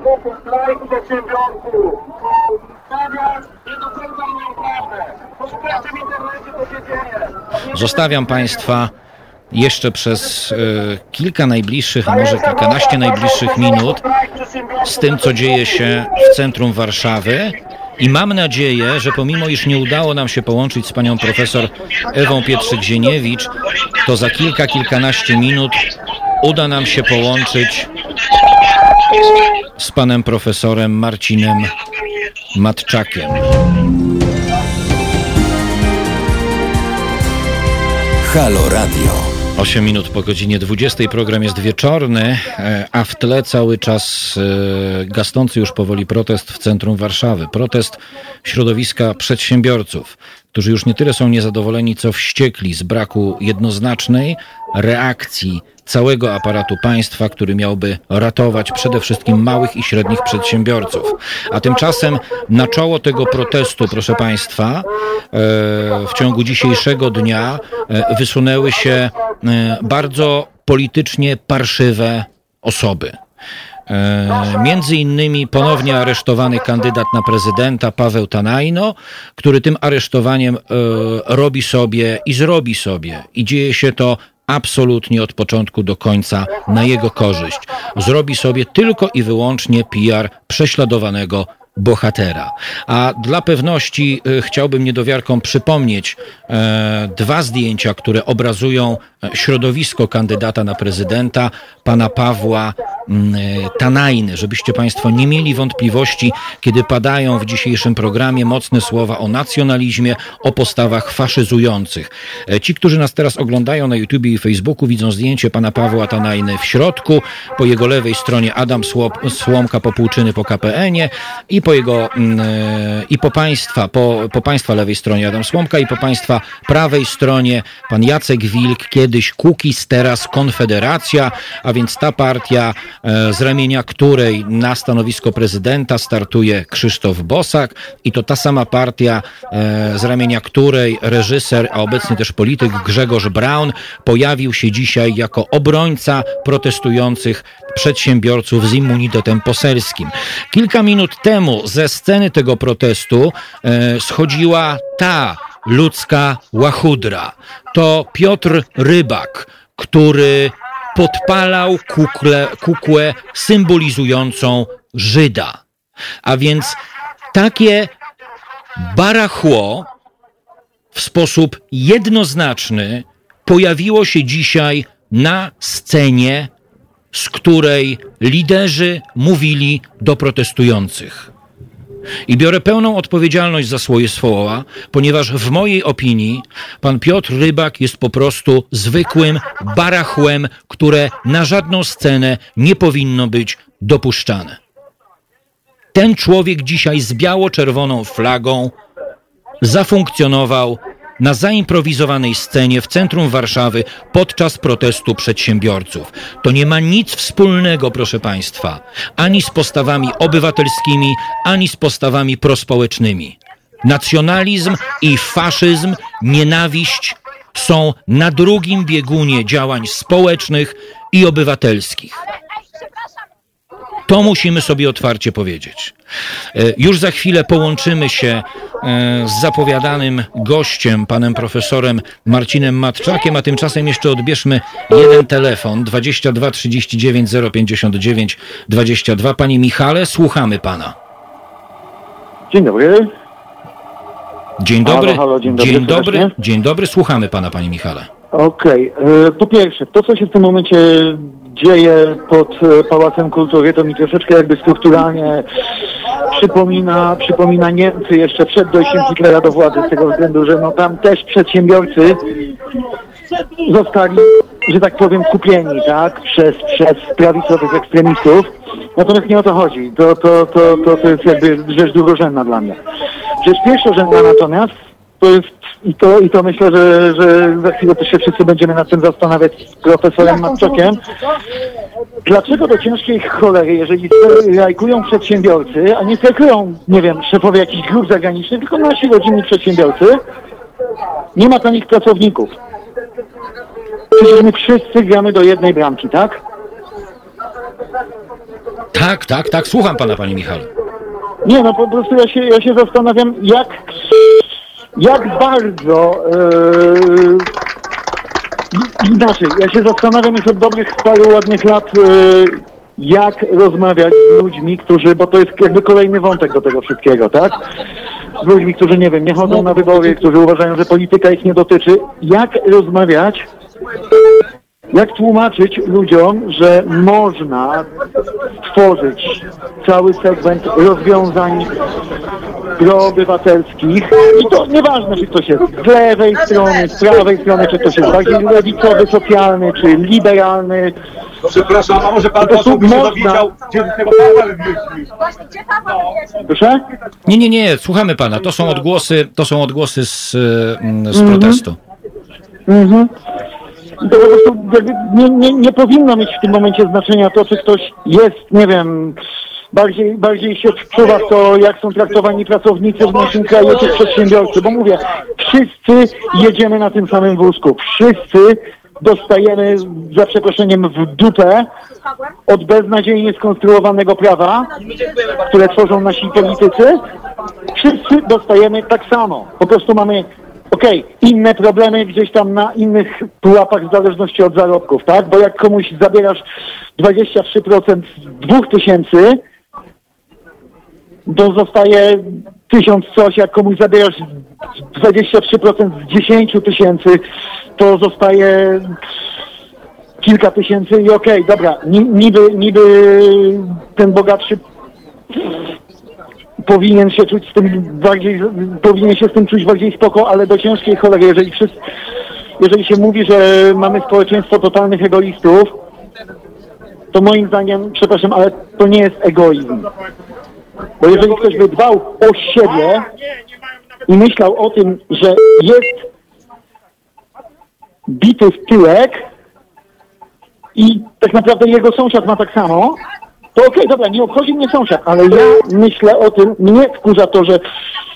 Zostawiam państwa jeszcze przez y, kilka najbliższych, a może kilkanaście najbliższych minut z tym, co dzieje się w centrum Warszawy. I mam nadzieję, że pomimo iż nie udało nam się połączyć z panią profesor Ewą Pietrzyk-Zieniewicz, to za kilka, kilkanaście minut uda nam się połączyć z panem profesorem Marcinem Matczakiem. Halo Radio. osiem minut po godzinie dwudziestej. Program jest wieczorny, a w tle cały czas gasnący już powoli protest w centrum Warszawy. Protest środowiska przedsiębiorców, którzy już nie tyle są niezadowoleni, co wściekli z braku jednoznacznej reakcji całego aparatu państwa, który miałby ratować przede wszystkim małych i średnich przedsiębiorców. A tymczasem na czoło tego protestu, proszę państwa, w ciągu dzisiejszego dnia wysunęły się bardzo politycznie parszywe osoby. Między innymi ponownie aresztowany kandydat na prezydenta Paweł Tanajno, który tym aresztowaniem robi sobie i zrobi sobie i dzieje się to absolutnie od początku do końca na jego korzyść. Zrobi sobie tylko i wyłącznie P R prześladowanego bohatera. A dla pewności y, chciałbym niedowiarkom przypomnieć e, dwa zdjęcia, które obrazują środowisko kandydata na prezydenta, pana Pawła y, Tanajny, żebyście państwo nie mieli wątpliwości, kiedy padają w dzisiejszym programie mocne słowa o nacjonalizmie, o postawach faszyzujących. E, ci, którzy nas teraz oglądają na YouTubie i Facebooku, widzą zdjęcie pana Pawła Tanajny w środku, po jego lewej stronie Adam Słop, Słomka Popłuczyny po K P N-ie i po jego i po państwa, po, po państwa lewej stronie Adam Słomka i po państwa prawej stronie pan Jacek Wilk, kiedyś Kukiz, teraz Konfederacja, a więc ta partia, z ramienia której na stanowisko prezydenta startuje Krzysztof Bosak i to ta sama partia, z ramienia której reżyser, a obecnie też polityk Grzegorz Braun pojawił się dzisiaj jako obrońca protestujących przedsiębiorców z immunitetem poselskim. Kilka minut temu ze sceny tego protestu e, schodziła ta ludzka łachudra. To Piotr Rybak, który podpalał kukle, kukłę symbolizującą Żyda. A więc takie barachło w sposób jednoznaczny pojawiło się dzisiaj na scenie, z której liderzy mówili do protestujących. I biorę pełną odpowiedzialność za swoje słowa, ponieważ w mojej opinii pan Piotr Rybak jest po prostu zwykłym barachłem, które na żadną scenę nie powinno być dopuszczane. Ten człowiek dzisiaj z biało-czerwoną flagą zafunkcjonował na zaimprowizowanej scenie w centrum Warszawy podczas protestu przedsiębiorców. To nie ma nic wspólnego, proszę Państwa, ani z postawami obywatelskimi, ani z postawami prospołecznymi. Nacjonalizm i faszyzm, nienawiść są na drugim biegunie działań społecznych i obywatelskich. To musimy sobie otwarcie powiedzieć. Już za chwilę połączymy się z zapowiadanym gościem, panem profesorem Marcinem Matczakiem, a tymczasem jeszcze odbierzmy jeden telefon, dwadzieścia dwa trzydzieści dziewięć zero pięćdziesiąt dziewięć dwadzieścia dwa. Panie Michale, słuchamy pana. Dzień dobry. Dzień dobry. Halo, halo, dzień dobry. Dzień dobry, dzień dobry, słuchamy pana, panie Michale. Okej. Okay. Po pierwsze, to co się w tym momencie dzieje pod Pałacem Kultury, to mi troszeczkę jakby strukturalnie przypomina, przypomina Niemcy jeszcze przed dojściem Hitlera do władzy, z tego względu, że no tam też przedsiębiorcy zostali, że tak powiem, kupieni, tak, przez, przez prawicowych ekstremistów. Natomiast nie o to chodzi. To, to, to, to, to jest jakby rzecz drugorzędna dla mnie. Rzecz pierwszorzędna natomiast to jest, i to, i to myślę, że, że za chwilę też się wszyscy będziemy nad tym zastanawiać z profesorem Matczakiem. Dlaczego do ciężkiej cholery, jeżeli strajkują przedsiębiorcy, a nie strajkują, nie wiem, szefowie jakichś grup zagranicznych, tylko nasi rodzinni przedsiębiorcy, nie ma dla nich pracowników? Przecież my wszyscy gramy do jednej bramki, tak? Tak, tak, tak, słucham pana, panie Michale. Nie, no po prostu ja się, ja się zastanawiam, jak, jak bardzo, yy, inaczej, ja się zastanawiam już od dobrych paru ładnych lat, yy, jak rozmawiać z ludźmi, którzy, bo to jest jakby kolejny wątek do tego wszystkiego, tak? Z ludźmi, którzy, nie wiem, nie chodzą na wybory, którzy uważają, że polityka ich nie dotyczy. Jak rozmawiać, jak tłumaczyć ludziom, że można tworzyć cały segment rozwiązań proobywatelskich i to nieważne, czy ktoś jest z lewej strony, z prawej strony, czy ktoś jest bardziej lewicowy, socjalny, czy liberalny. Przepraszam, a może pan poseł by się dowiedział, gdzie tego pana Proszę? Nie, nie, nie, słuchamy pana. To są odgłosy, to są odgłosy z, z protestu. Mhm. To po prostu nie, nie, nie powinno mieć w tym momencie znaczenia to, czy ktoś jest, nie wiem, bardziej, bardziej się wczuwa w to, jak są traktowani pracownicy w naszym kraju, czy przedsiębiorcy, bo mówię, wszyscy jedziemy na tym samym wózku, wszyscy dostajemy, za przeproszeniem, w dupę od beznadziejnie skonstruowanego prawa, które tworzą nasi politycy, wszyscy dostajemy tak samo, po prostu mamy Okej, okay, inne problemy gdzieś tam na innych pułapach w zależności od zarobków, tak? Bo jak komuś zabierasz dwadzieścia trzy procent z dwóch tysięcy, to zostaje tysiąc coś, jak komuś zabierasz dwadzieścia trzy procent z dziesięciu tysięcy, to zostaje kilka tysięcy i okej, okay, dobra, niby, niby ten bogatszy powinien się czuć z tym bardziej, powinien się z tym czuć bardziej spoko, ale do ciężkiej cholery, jeżeli wszyscy, jeżeli się mówi, że mamy społeczeństwo totalnych egoistów, to moim zdaniem, przepraszam, ale to nie jest egoizm. Bo jeżeli ktoś by dbał o siebie i myślał o tym, że jest bity w tyłek i tak naprawdę jego sąsiad ma tak samo, to okej, okay, dobra, nie obchodzi mnie sąsiad, ale ja myślę o tym, mnie wkurza to, że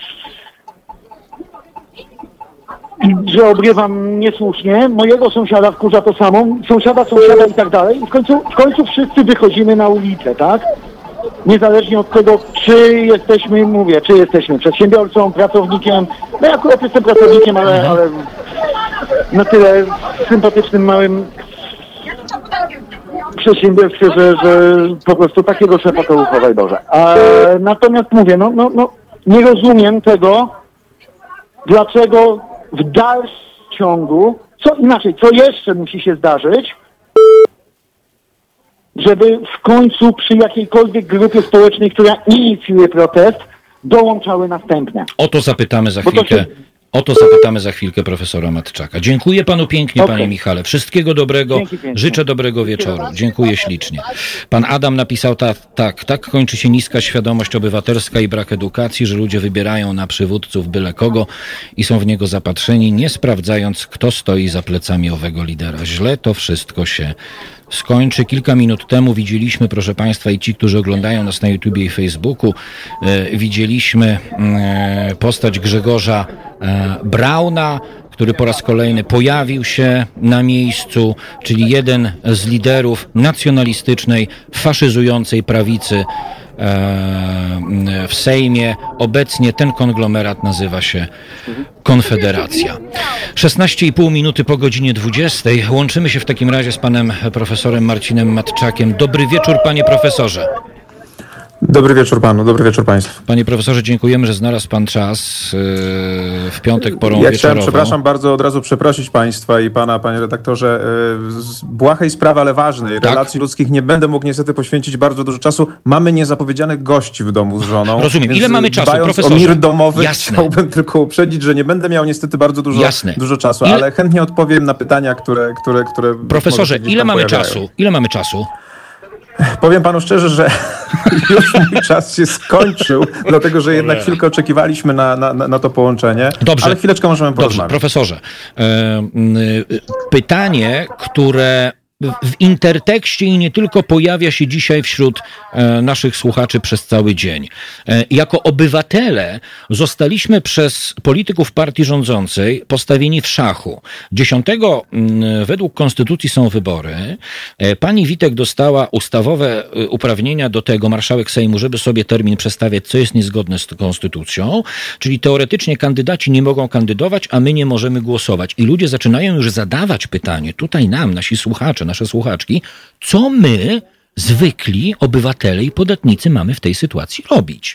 że obrywam niesłusznie, mojego sąsiada wkurza to samo, sąsiada, sąsiada i tak dalej i w końcu, w końcu wszyscy wychodzimy na ulicę, tak? Niezależnie od tego, czy jesteśmy, mówię, czy jesteśmy przedsiębiorcą, pracownikiem, no ja akurat jestem pracownikiem, ale, ale na tyle sympatycznym, małym przedsiębiorstwie, że, że po prostu takiego szefa to uchowaj Boże. A, natomiast mówię, no, no, no nie rozumiem tego, dlaczego w dalszym ciągu, co inaczej, co jeszcze musi się zdarzyć, żeby w końcu przy jakiejkolwiek grupie społecznej, która inicjuje protest, dołączały następne. O to zapytamy za Bo to chwilkę. się- O to zapytamy za chwilkę profesora Matczaka. Dziękuję panu pięknie, Okej. panie Michale. Wszystkiego dobrego. Dzięki pięknie. Życzę dobrego wieczoru. Dziękuję ślicznie. Pan Adam napisał tak, tak, tak kończy się niska świadomość obywatelska i brak edukacji, że ludzie wybierają na przywódców byle kogo i są w niego zapatrzeni, nie sprawdzając, kto stoi za plecami owego lidera. Źle to wszystko się skończy. Kilka minut temu widzieliśmy, proszę państwa, i ci, którzy oglądają nas na YouTubie i Facebooku, e, widzieliśmy e, postać Grzegorza e, Brauna, który po raz kolejny pojawił się na miejscu, czyli jeden z liderów nacjonalistycznej, faszyzującej prawicy w Sejmie. Obecnie ten konglomerat nazywa się Konfederacja. szesnaście i pół minuty po godzinie dwudziestej. Łączymy się w takim razie z panem profesorem Marcinem Matczakiem. Dobry wieczór, panie profesorze. Dobry wieczór panu, dobry wieczór państwu. Panie profesorze, dziękujemy, że znalazł pan czas yy, w piątek porą Ja wieczorową. chciałem, przepraszam bardzo, od razu przeprosić państwa i pana, panie redaktorze, yy, z błahej sprawy, ale ważnej. Tak? Relacji ludzkich nie będę mógł niestety poświęcić bardzo dużo czasu. Mamy niezapowiedzianych gości w domu z żoną. Rozumiem. Więc Ile mamy czasu, dbając profesorze? o mir domowy, Jasne. chciałbym tylko uprzedzić, że nie będę miał niestety bardzo dużo, Jasne. dużo czasu, Ile- ale chętnie odpowiem na pytania, które... które, które Profesorze, może się ile tam mamy pojawiają. czasu? Ile mamy czasu? Powiem panu szczerze, że już mój czas się skończył, dlatego że jednak chwilkę oczekiwaliśmy na, na, na to połączenie. Dobrze. Ale chwileczkę możemy Dobrze, porozmawiać. profesorze. E, m, y, pytanie, które w intertekście i nie tylko pojawia się dzisiaj wśród e, naszych słuchaczy przez cały dzień. E, jako obywatele zostaliśmy przez polityków partii rządzącej postawieni w szachu. Dziesiątego mm, według konstytucji są wybory. E, pani Witek dostała ustawowe e, uprawnienia do tego, marszałek Sejmu, żeby sobie termin przestawiać, co jest niezgodne z konstytucją. Czyli teoretycznie kandydaci nie mogą kandydować, a my nie możemy głosować. I ludzie zaczynają już zadawać pytanie, tutaj nam, nasi słuchacze, nasze słuchaczki, co my, zwykli obywatele i podatnicy, mamy w tej sytuacji robić?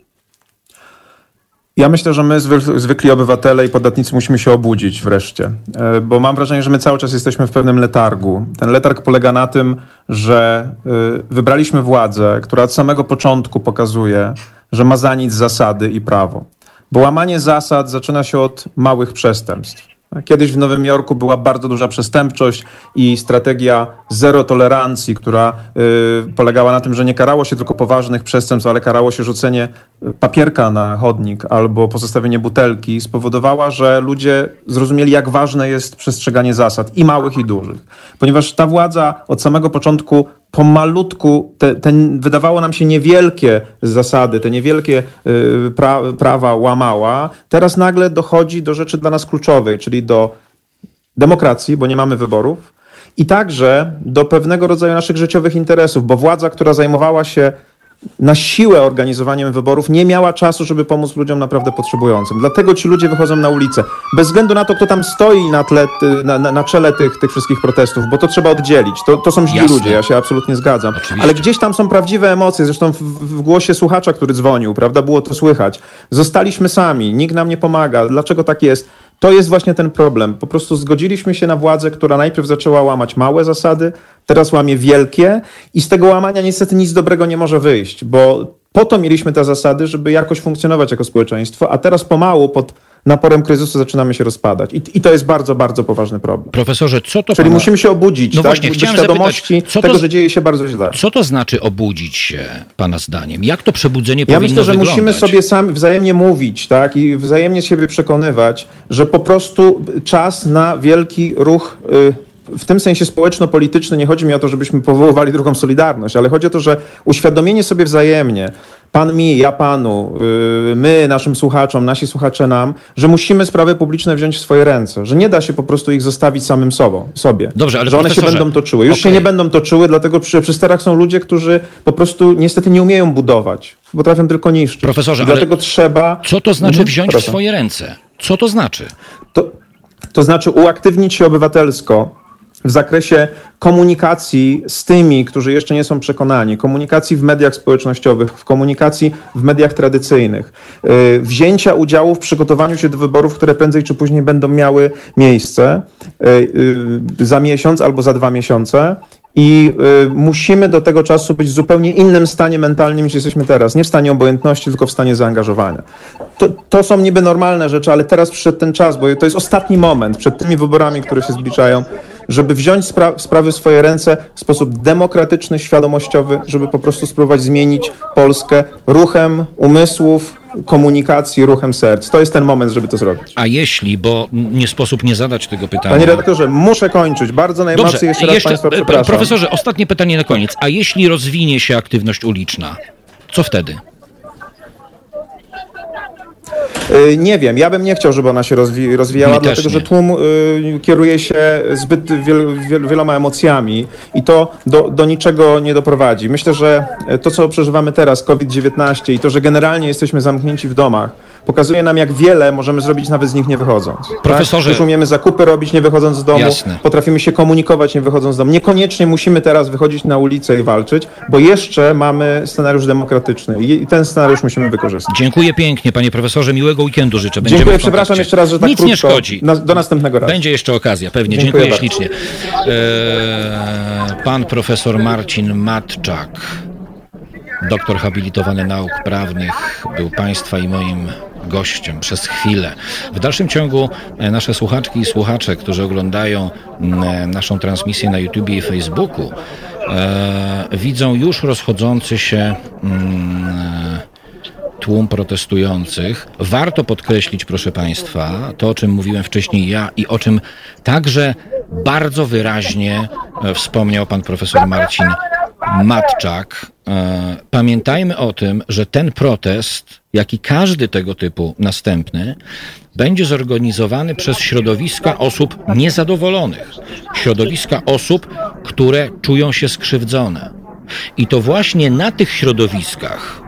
Ja myślę, że my, zwy- zwykli obywatele i podatnicy, musimy się obudzić wreszcie, E, bo mam wrażenie, że my cały czas jesteśmy w pewnym letargu. Ten letarg polega na tym, że y, wybraliśmy władzę, która od samego początku pokazuje, że ma za nic zasady i prawo. Bo łamanie zasad zaczyna się od małych przestępstw. Kiedyś w Nowym Jorku była bardzo duża przestępczość i strategia zero tolerancji, która y, polegała na tym, że nie karało się tylko poważnych przestępstw, ale karało się rzucenie papierka na chodnik albo pozostawienie butelki, spowodowała, że ludzie zrozumieli, jak ważne jest przestrzeganie zasad i małych, i dużych. Ponieważ ta władza od samego początku pomalutku, te, te wydawało nam się niewielkie zasady, te niewielkie y, pra, prawa łamała, teraz nagle dochodzi do rzeczy dla nas kluczowej, czyli do demokracji, bo nie mamy wyborów, i także do pewnego rodzaju naszych życiowych interesów, bo władza, która zajmowała się na siłę organizowaniem wyborów, nie miała czasu, żeby pomóc ludziom naprawdę potrzebującym. Dlatego ci ludzie wychodzą na ulicę. Bez względu na to, kto tam stoi na, tle, na, na, na czele tych, tych wszystkich protestów, bo to trzeba oddzielić. To, to są źli Jasne. ludzie, ja się absolutnie zgadzam. Oczywiście. Ale gdzieś tam są prawdziwe emocje. Zresztą w, w głosie słuchacza, który dzwonił, prawda, było to słychać. Zostaliśmy sami, nikt nam nie pomaga. Dlaczego tak jest? To jest właśnie ten problem. Po prostu zgodziliśmy się na władzę, która najpierw zaczęła łamać małe zasady, teraz łamie wielkie i z tego łamania niestety nic dobrego nie może wyjść, bo po to mieliśmy te zasady, żeby jakoś funkcjonować jako społeczeństwo, a teraz pomału pod naporem kryzysu zaczynamy się rozpadać. I, i to jest bardzo, bardzo poważny problem. Profesorze, co to Czyli pana... musimy się obudzić, No tak? właśnie, Do chciałem świadomości zapytać, co to- tego, że dzieje się bardzo źle. Co to znaczy obudzić się, pana zdaniem? Jak to przebudzenie Ja powinno myślę, że wyglądać? musimy sobie sami wzajemnie mówić, tak, i wzajemnie siebie przekonywać, że po prostu czas na wielki ruch, y, w tym sensie społeczno-polityczny. Nie chodzi mi o to, żebyśmy powoływali drugą Solidarność, ale chodzi o to, że uświadomienie sobie wzajemnie, pan mi, ja panu, y, my naszym słuchaczom, nasi słuchacze nam, że musimy sprawy publiczne wziąć w swoje ręce, że nie da się po prostu ich zostawić samym sobą, sobie. Dobrze, ale że one się profesorze, będą toczyły. Już okej. się nie będą toczyły, dlatego przy, przy sterach są ludzie, którzy po prostu niestety nie umieją budować. Potrafią tylko niszczyć. Profesorze, I ale dlatego trzeba... Co to znaczy Mhm, wziąć w proszę. swoje ręce? Co to znaczy? To, to znaczy uaktywnić się obywatelsko w zakresie komunikacji z tymi, którzy jeszcze nie są przekonani, komunikacji w mediach społecznościowych, w komunikacji w mediach tradycyjnych, yy, wzięcia udziału w przygotowaniu się do wyborów, które prędzej czy później będą miały miejsce yy, yy, za miesiąc albo za dwa miesiące I y, musimy do tego czasu być w zupełnie innym stanie mentalnym niż jesteśmy teraz. Nie w stanie obojętności, tylko w stanie zaangażowania. To, to są niby normalne rzeczy, ale teraz przyszedł ten czas, bo to jest ostatni moment przed tymi wyborami, które się zbliżają, żeby wziąć spra- sprawy w swoje ręce w sposób demokratyczny, świadomościowy, żeby po prostu spróbować zmienić Polskę ruchem umysłów, komunikacji, ruchem serc. To jest ten moment, żeby to zrobić. A jeśli, bo nie sposób nie zadać tego pytania. Panie redaktorze, muszę kończyć. Bardzo najmocniej Dobrze, jeszcze raz jeszcze, Państwa przepraszam. Profesorze, ostatnie pytanie na koniec. A jeśli rozwinie się aktywność uliczna, co wtedy? Nie wiem, ja bym nie chciał, żeby ona się rozwi- rozwijała, My dlatego że tłum y, kieruje się zbyt wiel- wiel- wieloma emocjami i to do, do niczego nie doprowadzi. Myślę, że to, co przeżywamy teraz, COVID dziewiętnaście i to, że generalnie jesteśmy zamknięci w domach, pokazuje nam, jak wiele możemy zrobić nawet z nich nie wychodząc. Profesorze... Tak? Też umiemy zakupy robić nie wychodząc z domu, Jasne. Potrafimy się komunikować nie wychodząc z domu. Niekoniecznie musimy teraz wychodzić na ulicę i walczyć, bo jeszcze mamy scenariusz demokratyczny i ten scenariusz musimy wykorzystać. Dziękuję pięknie, panie profesorze. Miłego weekendu życzę. Będziemy Dziękuję, w kontakcie. przepraszam jeszcze raz, że tak Nic krótko. nie szkodzi. Na, do następnego razu. Będzie jeszcze okazja, pewnie. Dziękuję Dziękuję, bardzo. ślicznie. Eee, pan profesor Marcin Matczak, doktor habilitowany nauk prawnych, był państwa i moim gościem przez chwilę. W dalszym ciągu nasze słuchaczki i słuchacze, którzy oglądają naszą transmisję na YouTubie i Facebooku, e, widzą już rozchodzący się mm, tłum protestujących. Warto podkreślić, proszę Państwa, to, o czym mówiłem wcześniej ja i o czym także bardzo wyraźnie wspomniał pan profesor Marcin Matczak. Pamiętajmy o tym, że ten protest, jak i każdy tego typu następny, będzie zorganizowany przez środowiska osób niezadowolonych, środowiska osób, które czują się skrzywdzone. I to właśnie na tych środowiskach,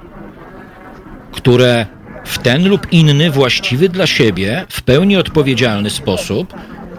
które w ten lub inny, właściwy dla siebie, w pełni odpowiedzialny sposób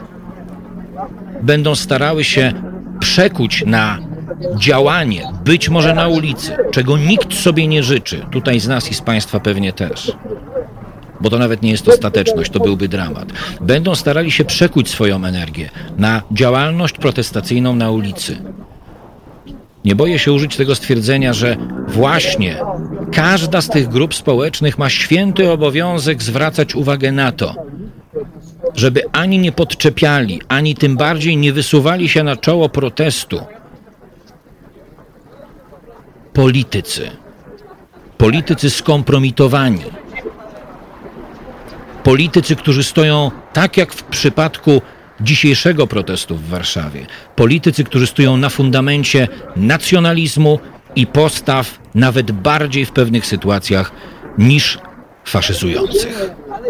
będą starały się przekuć na działanie, być może na ulicy, czego nikt sobie nie życzy, tutaj z nas i z Państwa pewnie też, bo to nawet nie jest ostateczność, to byłby dramat. Będą starali się przekuć swoją energię na działalność protestacyjną na ulicy. Nie boję się użyć tego stwierdzenia, że właśnie każda z tych grup społecznych ma święty obowiązek zwracać uwagę na to, żeby ani nie podczepiali, ani tym bardziej nie wysuwali się na czoło protestu politycy. Politycy skompromitowani. Politycy, którzy stoją tak jak w przypadku dzisiejszego protestu w Warszawie. Politycy, którzy stoją na fundamencie nacjonalizmu i postaw nawet bardziej w pewnych sytuacjach niż faszyzujących.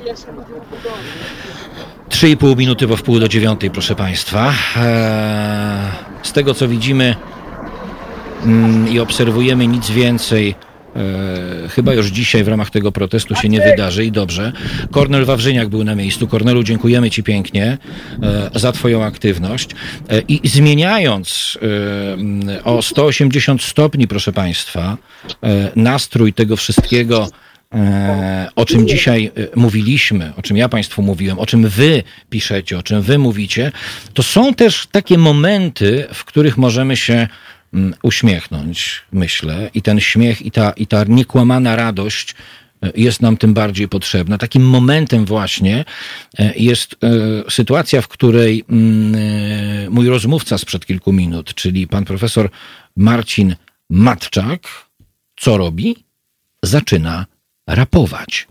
Trzy i pół minuty po wpół do dziewiątej, proszę Państwa. Z tego, co widzimy i obserwujemy, nic więcej E, chyba już dzisiaj w ramach tego protestu się nie wydarzy i dobrze. Kornel Wawrzyniak był na miejscu. Kornelu, dziękujemy Ci pięknie e, za Twoją aktywność. E, I zmieniając e, o sto osiemdziesiąt stopni, proszę Państwa, e, nastrój tego wszystkiego, e, o czym dzisiaj mówiliśmy, o czym ja Państwu mówiłem, o czym Wy piszecie, o czym Wy mówicie, to są też takie momenty, w których możemy się uśmiechnąć, myślę, i ten śmiech i ta, i ta niekłamana radość jest nam tym bardziej potrzebna. Takim momentem właśnie jest sytuacja, w której mój rozmówca sprzed kilku minut, czyli pan profesor Marcin Matczak, co robi? Zaczyna rapować.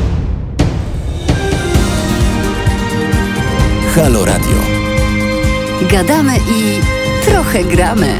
Halo Radio. Gadamy i trochę gramy.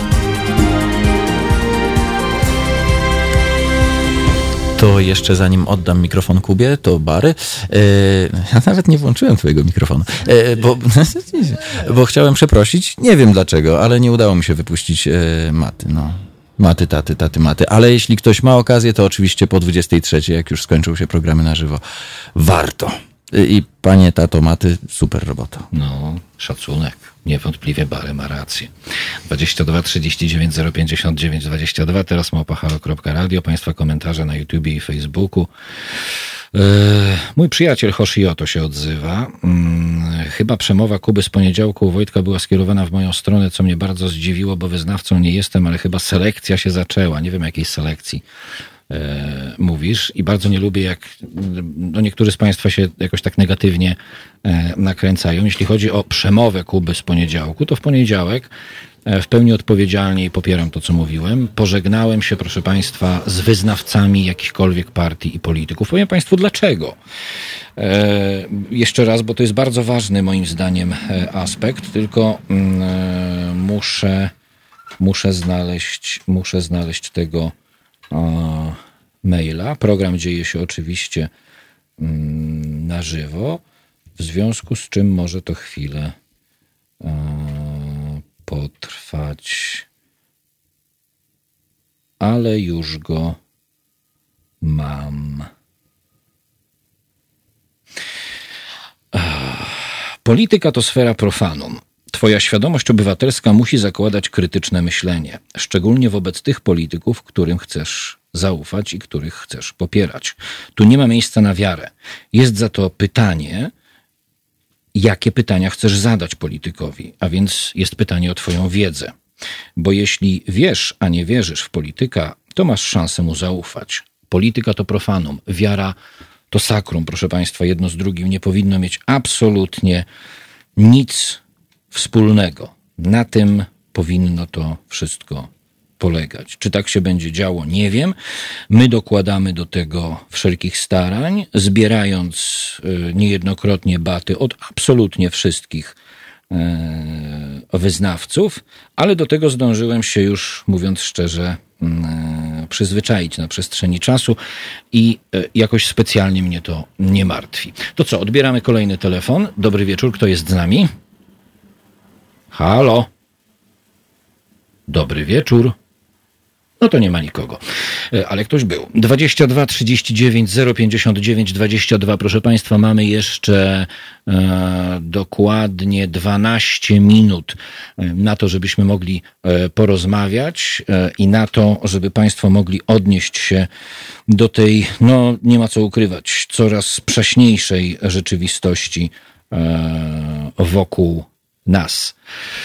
To jeszcze zanim oddam mikrofon Kubie, to Bary. Yy, ja nawet nie włączyłem twojego mikrofonu, yy, bo, bo chciałem przeprosić, nie wiem dlaczego, ale nie udało mi się wypuścić yy, maty, no. Maty, taty, taty, maty. Ale jeśli ktoś ma okazję, to oczywiście po dwudziestej trzeciej, jak już skończą się programy na żywo, warto. I panie tato maty, super robota. No, szacunek. Niewątpliwie Bary ma rację. dwadzieścia dwa trzydzieści dziewięć zero pięćdziesiąt dziewięć dwadzieścia dwa. Teraz małpa halo kropka radio. Państwa komentarze na YouTubie i Facebooku. Mój przyjaciel Hoshioto się odzywa. Chyba przemowa Kuby z poniedziałku u Wojtka była skierowana w moją stronę, co mnie bardzo zdziwiło, bo wyznawcą nie jestem, ale chyba selekcja się zaczęła. Nie wiem, jakiej selekcji e, mówisz i bardzo nie lubię, jak no niektórzy z Państwa się jakoś tak negatywnie e, nakręcają. Jeśli chodzi o przemowę Kuby z poniedziałku, to w poniedziałek w pełni odpowiedzialnie i popieram to, co mówiłem. Pożegnałem się, proszę Państwa, z wyznawcami jakichkolwiek partii i polityków. Powiem Państwu dlaczego. E, jeszcze raz, bo to jest bardzo ważny moim zdaniem aspekt, tylko mm, muszę, muszę znaleźć, muszę znaleźć tego e, maila. Program dzieje się oczywiście mm, na żywo, w związku z czym może to chwilę e, potrwać, ale już go mam. Polityka to sfera profanum. Twoja świadomość obywatelska musi zakładać krytyczne myślenie, szczególnie wobec tych polityków, którym chcesz zaufać i których chcesz popierać. Tu nie ma miejsca na wiarę. Jest za to pytanie, jakie pytania chcesz zadać politykowi, a więc jest pytanie o twoją wiedzę. Bo jeśli wiesz, a nie wierzysz w polityka, to masz szansę mu zaufać. Polityka to profanum, wiara to sakrum, proszę Państwa, jedno z drugim nie powinno mieć absolutnie nic wspólnego. Na tym powinno to wszystko polegać. Czy tak się będzie działo? Nie wiem. My dokładamy do tego wszelkich starań, zbierając y, niejednokrotnie baty od absolutnie wszystkich y, wyznawców, ale do tego zdążyłem się już, mówiąc szczerze, y, przyzwyczaić na przestrzeni czasu i y, jakoś specjalnie mnie to nie martwi. To co, odbieramy kolejny telefon. Dobry wieczór, kto jest z nami? Halo? Dobry wieczór. No to nie ma nikogo, ale ktoś był. dwadzieścia dwa trzydzieści dziewięć zero pięćdziesiąt dziewięć dwadzieścia dwa, proszę Państwa, mamy jeszcze e, dokładnie dwanaście minut na to, żebyśmy mogli e, porozmawiać e, i na to, żeby Państwo mogli odnieść się do tej, no nie ma co ukrywać, coraz przaśniejszej rzeczywistości e, wokół nas.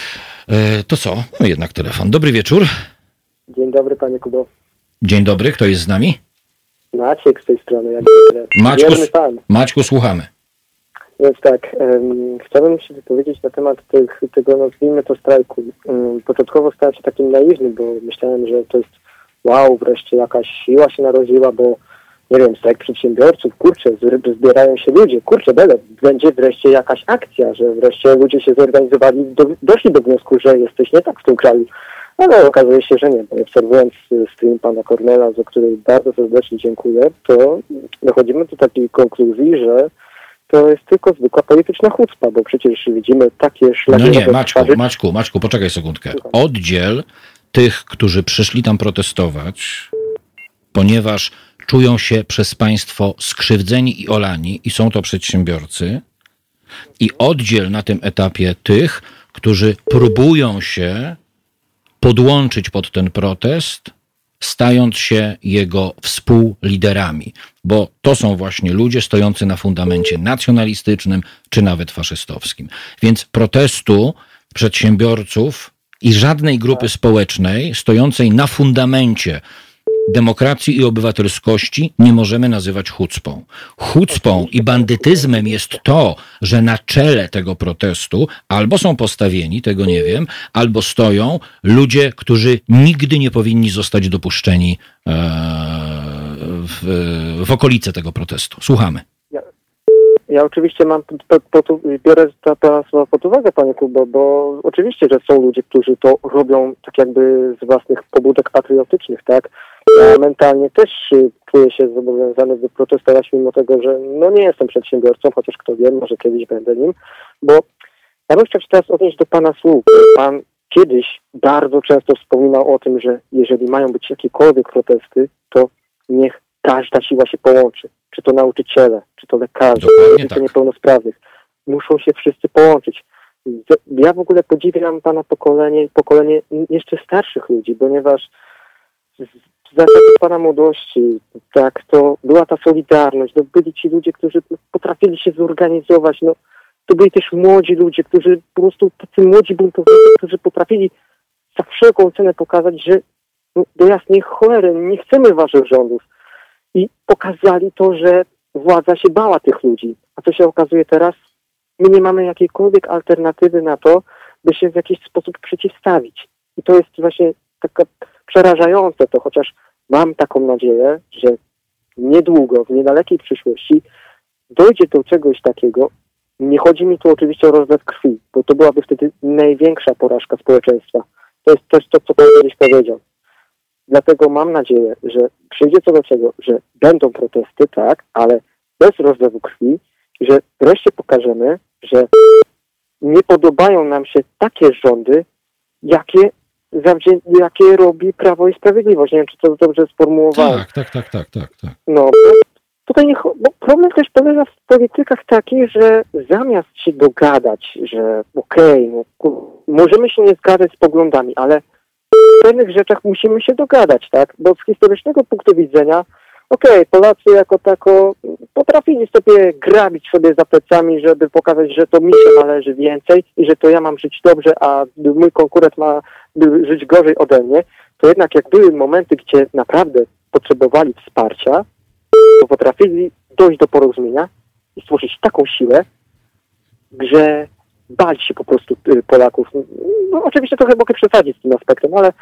E, to co? No jednak telefon. Dobry wieczór. Dzień dobry, panie Kubo. Dzień dobry, kto jest z nami? Maciek z tej strony. Jak Maćku, pan. Maćku, słuchamy. Więc tak, um, chciałbym się wypowiedzieć na temat tych, tego, nazwijmy to, strajku. Um, początkowo stałem się takim naiwny, bo myślałem, że to jest wow, wreszcie jakaś siła się narodziła, bo nie wiem, strajk przedsiębiorców, kurczę, zbierają się ludzie, kurczę, bele, będzie wreszcie jakaś akcja, że wreszcie ludzie się zorganizowali, do, doszli do wniosku, że jest coś nie tak w tym kraju. Ale okazuje się, że nie. Bo obserwując stream pana Kornela, za który bardzo serdecznie dziękuję, to dochodzimy do takiej konkluzji, że to jest tylko zwykła polityczna chucpa, bo przecież widzimy takie szlaki... No nie, Maćku, Maćku, Maćku, poczekaj sekundkę. Oddziel tych, którzy przyszli tam protestować, ponieważ czują się przez państwo skrzywdzeni i olani i są to przedsiębiorcy, i oddziel na tym etapie tych, którzy próbują się podłączyć pod ten protest, stając się jego współliderami, bo to są właśnie ludzie stojący na fundamencie nacjonalistycznym czy nawet faszystowskim. Więc protestu przedsiębiorców i żadnej grupy społecznej stojącej na fundamencie demokracji i obywatelskości nie możemy nazywać chucpą. Chucpą i bandytyzmem jest to, że na czele tego protestu albo są postawieni, tego nie wiem, albo stoją ludzie, którzy nigdy nie powinni zostać dopuszczeni e, w, w okolice tego protestu. Słuchamy. Ja, ja oczywiście mam, po, po, biorę pana słowa pod uwagę, panie Kubo, bo oczywiście, że są ludzie, którzy to robią tak jakby z własnych pobudek patriotycznych, tak? Ja mentalnie też czuję się zobowiązany, by protestować, mimo tego, że no nie jestem przedsiębiorcą, chociaż kto wie, może kiedyś będę nim, bo ja bym chciał się teraz odnieść do pana słów. Pan kiedyś bardzo często wspominał o tym, że jeżeli mają być jakiekolwiek protesty, to niech każda siła się połączy. Czy to nauczyciele, czy to lekarze, czy to tak. niepełnosprawnych. Muszą się wszyscy połączyć. Ja w ogóle podziwiam pana pokolenie, pokolenie jeszcze starszych ludzi, ponieważ za czasów pana młodości, tak, to była ta solidarność, no byli ci ludzie, którzy potrafili się zorganizować, no to byli też młodzi ludzie, którzy po prostu, tacy młodzi buntownicy, którzy potrafili za wszelką cenę pokazać, że no, do jasnej cholery nie chcemy waszych rządów. I pokazali to, że władza się bała tych ludzi. A co się okazuje teraz? My nie mamy jakiejkolwiek alternatywy na to, by się w jakiś sposób przeciwstawić. I to jest właśnie taka przerażające to, chociaż mam taką nadzieję, że niedługo, w niedalekiej przyszłości dojdzie do czegoś takiego. Nie chodzi mi tu oczywiście o rozlew krwi, bo to byłaby wtedy największa porażka społeczeństwa. To jest coś, to, co pan kiedyś powiedział. Dlatego mam nadzieję, że przyjdzie co do czego, że będą protesty, tak, ale bez rozlewu krwi, że wreszcie pokażemy, że nie podobają nam się takie rządy, jakie, jakie robi Prawo i Sprawiedliwość. Nie wiem, czy to dobrze sformułowałem. Tak, tak, tak, tak, tak, tak. No, bo tutaj nie, bo problem też polega w politykach taki, że zamiast się dogadać, że okej, okay, no, możemy się nie zgadzać z poglądami, ale w pewnych rzeczach musimy się dogadać, tak? Bo z historycznego punktu widzenia, okej, okay, Polacy jako tako potrafili sobie grabić sobie za plecami, żeby pokazać, że to mi się należy więcej i że to ja mam żyć dobrze, a mój konkurent ma żyć gorzej ode mnie. To jednak jak były momenty, gdzie naprawdę potrzebowali wsparcia, to potrafili dojść do porozumienia i stworzyć taką siłę, że bali się po prostu Polaków. No oczywiście trochę mogę przesadzić z tym aspektem, ale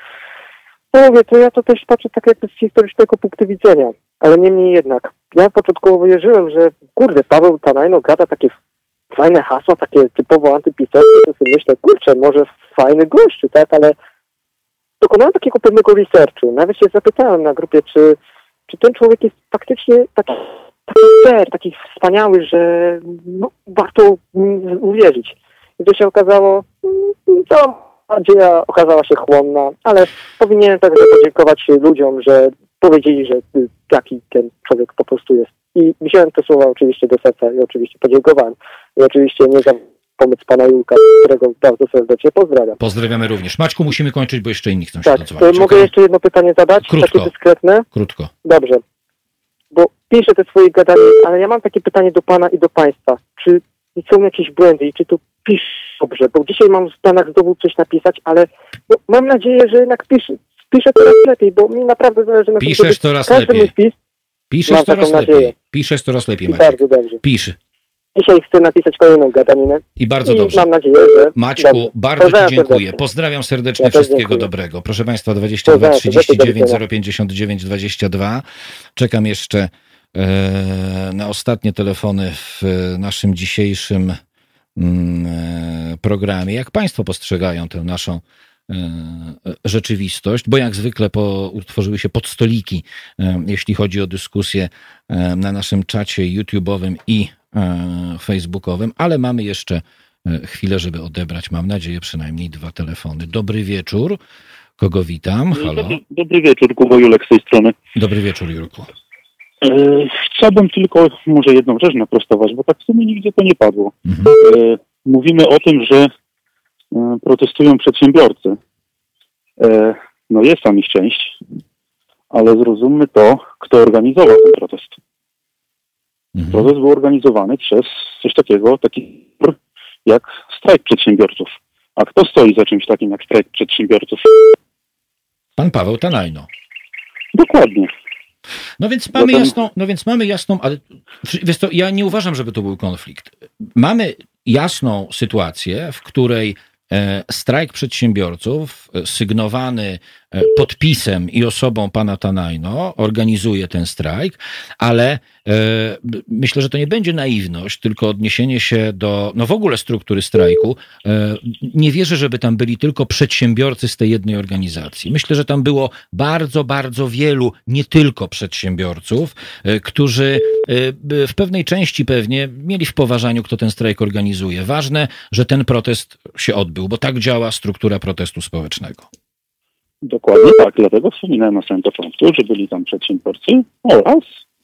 no mówię, to ja to też patrzę tak jakby z historycznego punktu widzenia. Ale niemniej jednak, ja początkowo wierzyłem, że kurde, Paweł Tanajno gada takie fajne hasła, takie typowo antypisowskie, to sobie myślę, kurczę, może fajny gościu, tak, ale dokonałem takiego pewnego researchu. Nawet się zapytałem na grupie, czy, czy ten człowiek jest faktycznie taki, taki fair, taki wspaniały, że no, warto uwierzyć. I to się okazało, cała nadzieja okazała się chłonna, ale powinienem także podziękować ludziom, że powiedzieli, że taki ten człowiek po prostu jest. I wziąłem te słowa oczywiście do serca i oczywiście podziękowałem. I oczywiście nie za pomoc pana Julka, którego bardzo serdecznie pozdrawiam. Pozdrawiamy również. Maćku, musimy kończyć, bo jeszcze inni chcą się tak, dodzwonić. To mogę okay? jeszcze jedno pytanie zadać? Krótko. Takie dyskretne? Krótko. Dobrze. Bo piszę te swoje gadanie, ale ja mam takie pytanie do pana i do państwa. Czy są jakieś błędy i czy to pisz dobrze? Bo dzisiaj mam w planach znowu coś napisać, ale no, mam nadzieję, że jednak piszę, piszę coraz lepiej, bo mi naprawdę zależy na tym, Piszesz coraz lepiej. Wpis, Piszesz coraz lepiej. Nadzieję. Piszesz coraz lepiej, Maciek. Bardzo dobrze. Pisz. Dzisiaj chcę napisać kolejną gadaninę. I bardzo I dobrze. Mam nadzieję, że... Maćku, dobrze. bardzo Pozdrawiam Ci dziękuję. serdecznie. Pozdrawiam serdecznie, Ja wszystkiego dziękuję. dobrego. Proszę Państwa, dwadzieścia dwa trzydzieści dziewięć zero pięćdziesiąt dziewięć dwadzieścia dwa. Czekam jeszcze e, na ostatnie telefony w naszym dzisiejszym mm, programie. Jak Państwo postrzegają tę naszą rzeczywistość, bo jak zwykle po, utworzyły się podstoliki, jeśli chodzi o dyskusję na naszym czacie YouTube'owym i facebookowym, ale mamy jeszcze chwilę, żeby odebrać, mam nadzieję, przynajmniej dwa telefony. Dobry wieczór. Kogo witam? Halo. Dobry, dobry wieczór, Kuba Julek z tej strony. Dobry wieczór, Jurku. E, chciałbym tylko może jedną rzecz naprostować, bo tak w sumie nigdzie to nie padło. Mhm. E, mówimy o tym, że protestują przedsiębiorcy. E, no jest tam ich część, ale zrozummy to, kto organizował ten protest. Mhm. Protest był organizowany przez coś takiego, taki jak strajk przedsiębiorców. A kto stoi za czymś takim jak strajk przedsiębiorców? Pan Paweł Tanajno. Dokładnie. No więc mamy jasną, no więc mamy jasną, ale wiesz to, ja nie uważam, żeby to był konflikt. Mamy jasną sytuację, w której strajk przedsiębiorców sygnowany podpisem i osobą pana Tanajno organizuje ten strajk, ale e, myślę, że to nie będzie naiwność, tylko odniesienie się do no w ogóle struktury strajku. E, nie wierzę, żeby tam byli tylko przedsiębiorcy z tej jednej organizacji. Myślę, że tam było bardzo, bardzo wielu, nie tylko przedsiębiorców, e, którzy e, w pewnej części pewnie mieli w poważaniu, kto ten strajk organizuje. Ważne, że ten protest się odbył, bo tak działa struktura protestu społecznego. Dokładnie tak, dlatego wspominałem na samym początku, że byli tam przedsiębiorcy oraz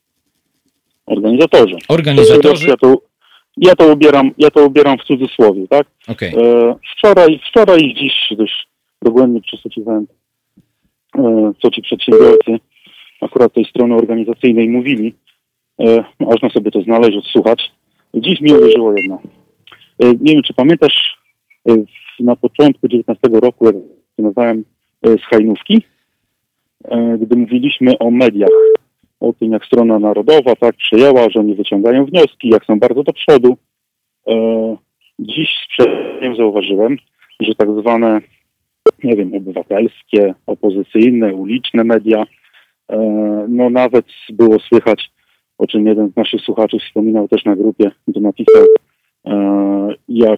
organizatorzy. Organizatorzy? Ja to, ja to ubieram, ja to ubieram w cudzysłowie, tak? Okay. E, wczoraj, wczoraj i dziś dość dogłębnie przesłuchiwałem, e, co ci przedsiębiorcy akurat tej strony organizacyjnej mówili. E, można sobie to znaleźć, odsłuchać. Dziś mi uderzyło jedno. E, nie wiem, czy pamiętasz, e, na początku dziewiętnastego roku, jak nazwałem e, z Hajnówki, e, gdy mówiliśmy o mediach, o tym, jak strona narodowa tak przyjęła, że nie wyciągają wnioski, jak są bardzo do przodu. E, dziś z przeproszeniem zauważyłem, że tak zwane, nie wiem, obywatelskie, opozycyjne, uliczne media, e, no nawet było słychać, o czym jeden z naszych słuchaczy wspominał też na grupie, gdy napisał, e, jak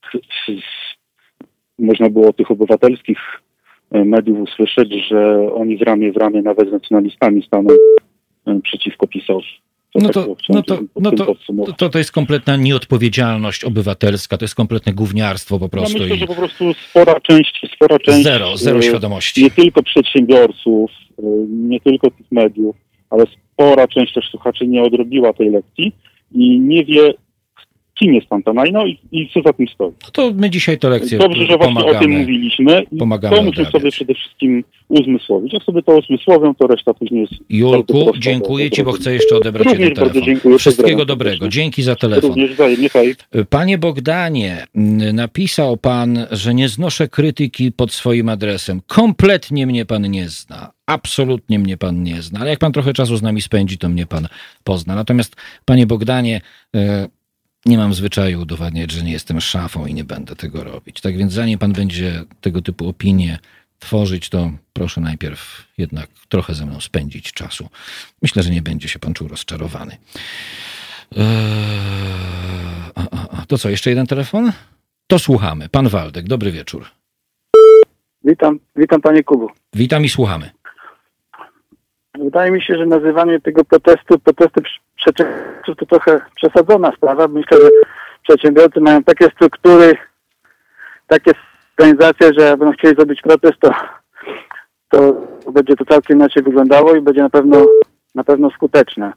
można było tych obywatelskich mediów usłyszeć, że oni w ramię w ramię nawet z nacjonalistami staną przeciwko PiS-owi. To no tak to, no to, no to, to, to jest kompletna nieodpowiedzialność obywatelska, to jest kompletne gówniarstwo po prostu. Ja myślę, i... że po prostu spora część, spora część... Zero, zero świadomości. Nie tylko przedsiębiorców, nie tylko tych mediów, ale spora część też słuchaczy nie odrobiła tej lekcji i nie wie, kim jest pan Tanajno i, i co za tym stoi. No to my dzisiaj tę lekcję Dobrze, że właśnie o tym mówiliśmy i pomagamy to musimy sobie przede wszystkim uzmysłowić. Jak sobie to uzmysłowią, to reszta później jest... Julku, dziękuję ci, bo chcę jeszcze odebrać Również jeden telefon. Dziękuję, Wszystkiego dobrego. Dzięki za telefon. Również wzajemnie, hej. Panie Bogdanie, napisał pan, że nie znoszę krytyki pod swoim adresem. Kompletnie mnie pan nie zna. Absolutnie mnie pan nie zna. Ale jak pan trochę czasu z nami spędzi, to mnie pan pozna. Natomiast, panie Bogdanie, nie mam zwyczaju udowadniać, że nie jestem szafą i nie będę tego robić. Tak więc zanim pan będzie tego typu opinie tworzyć, to proszę najpierw jednak trochę ze mną spędzić czasu. Myślę, że nie będzie się pan czuł rozczarowany. Eee, a, a, a. To co, jeszcze jeden telefon? To słuchamy. Pan Waldek, dobry wieczór. Witam, witam panie Kubu. Witam i słuchamy. Wydaje mi się, że nazywanie tego protestu protestem przedsiębiorców to trochę przesadzona sprawa. Myślę, że przedsiębiorcy mają takie struktury, takie organizacje, że jak będą chcieli zrobić protest, to, to będzie to całkiem inaczej wyglądało i będzie na pewno na pewno skuteczne.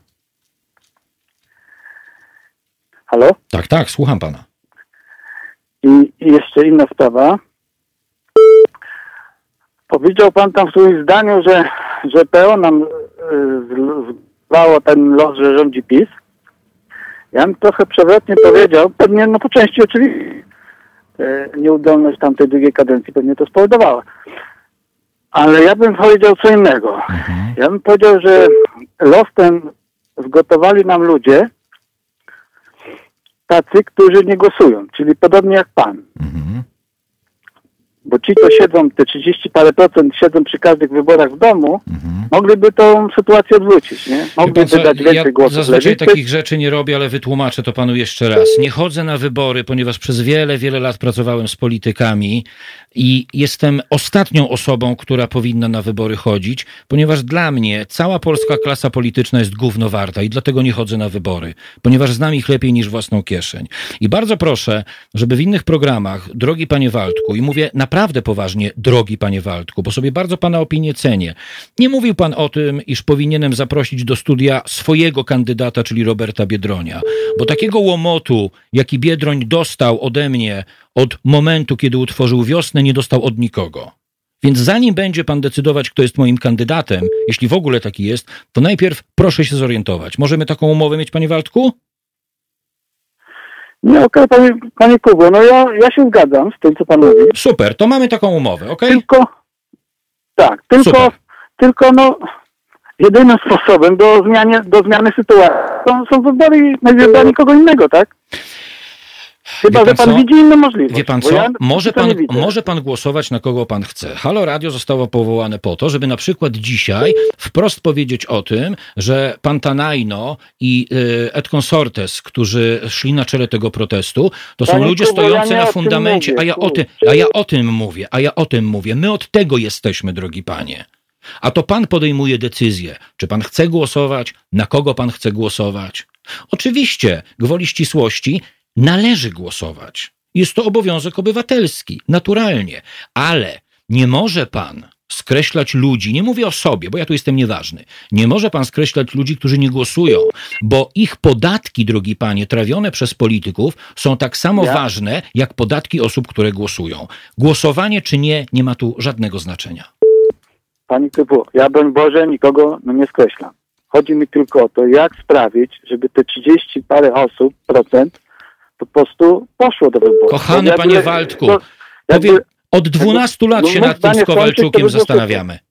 Halo? Tak, tak, słucham pana. I, i jeszcze inna sprawa. Powiedział pan tam w swoim zdaniu, że, że P O nam zwało ten los, że rządzi PiS. Ja bym trochę przewrotnie powiedział, pewnie no po części oczywiście nieudolność tamtej drugiej kadencji pewnie to spowodowała. Ale ja bym powiedział co innego. Mhm. Ja bym powiedział, że los ten zgotowali nam ludzie tacy, którzy nie głosują, czyli podobnie jak pan. Mhm. Bo ci, co siedzą, te trzydzieści parę procent siedzą przy każdych wyborach w domu, mhm. mogliby tą sytuację odwrócić, nie? Mogliby pan, dać więcej ja głosów. Zazwyczaj lewicy. takich rzeczy nie robię, ale wytłumaczę to panu jeszcze raz. Nie chodzę na wybory, ponieważ przez wiele, wiele lat pracowałem z politykami i jestem ostatnią osobą, która powinna na wybory chodzić, ponieważ dla mnie cała polska klasa polityczna jest gówno warta i dlatego nie chodzę na wybory, ponieważ znam ich lepiej niż własną kieszeń. I bardzo proszę, żeby w innych programach, drogi panie Waldku, i mówię naprawdę poważnie, drogi panie Waldku, bo sobie bardzo pana opinię cenię, nie mówił pan o tym, iż powinienem zaprosić do studia swojego kandydata, czyli Roberta Biedronia, bo takiego łomotu, jaki Biedroń dostał ode mnie od momentu, kiedy utworzył Wiosnę, nie dostał od nikogo. Więc zanim będzie pan decydować, kto jest moim kandydatem, jeśli w ogóle taki jest, to najpierw proszę się zorientować. Możemy taką umowę mieć, panie Waldku? Nie, okej, okay, panie, panie Kubo, no ja, ja się zgadzam z tym, co pan mówi. Super, to mamy taką umowę, okej? Okay? Tylko, tak, tylko, tylko no, jedynym sposobem do zmiany, do zmiany sytuacji są, są wybory, wybory nikogo innego, tak? Chyba, że pan co? widzi inną możliwość. Wie pan co? Ja może, pan, może pan głosować na kogo pan chce. Halo Radio zostało powołane po to, żeby na przykład dzisiaj wprost powiedzieć o tym, że pan Tanajno i y, et consortes, którzy szli na czele tego protestu, to Panie są ludzie Kubo, stojący ja na fundamencie, mówię, a ja o tym, a ja o tym mówię, a ja o tym mówię. My od tego jesteśmy, drogi panie. A to pan podejmuje decyzję, czy pan chce głosować, na kogo pan chce głosować. Oczywiście, gwoli ścisłości, należy głosować. Jest to obowiązek obywatelski, naturalnie. Ale nie może pan skreślać ludzi, nie mówię o sobie, bo ja tu jestem nieważny, nie może pan skreślać ludzi, którzy nie głosują, bo ich podatki, drogi panie, trawione przez polityków są tak samo ja? ważne, jak podatki osób, które głosują. Głosowanie czy nie, nie ma tu żadnego znaczenia. Pani Kubo, ja broń Boże nikogo no, nie skreślam. Chodzi mi tylko o to, jak sprawić, żeby te trzydzieści parę osób, procent, po prostu poszło do wyborów. Kochany jakby, panie Waldku, to, jakby, powiem, od dwunastu lat jakby, się no, nad tym z Kowalczukiem skończyć, zastanawiamy.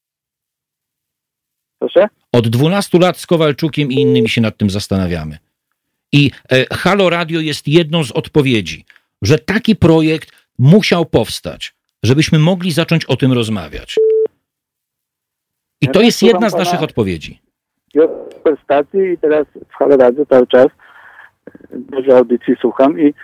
Proszę? Od dwunastu lat z Kowalczukiem i innymi się nad tym zastanawiamy. I e, Halo Radio jest jedną z odpowiedzi, że taki projekt musiał powstać, żebyśmy mogli zacząć o tym rozmawiać. I Ja to jest słucham jedna z pana naszych odpowiedzi. w stacji i teraz w Halo Radio cały czas dużo audycji słucham i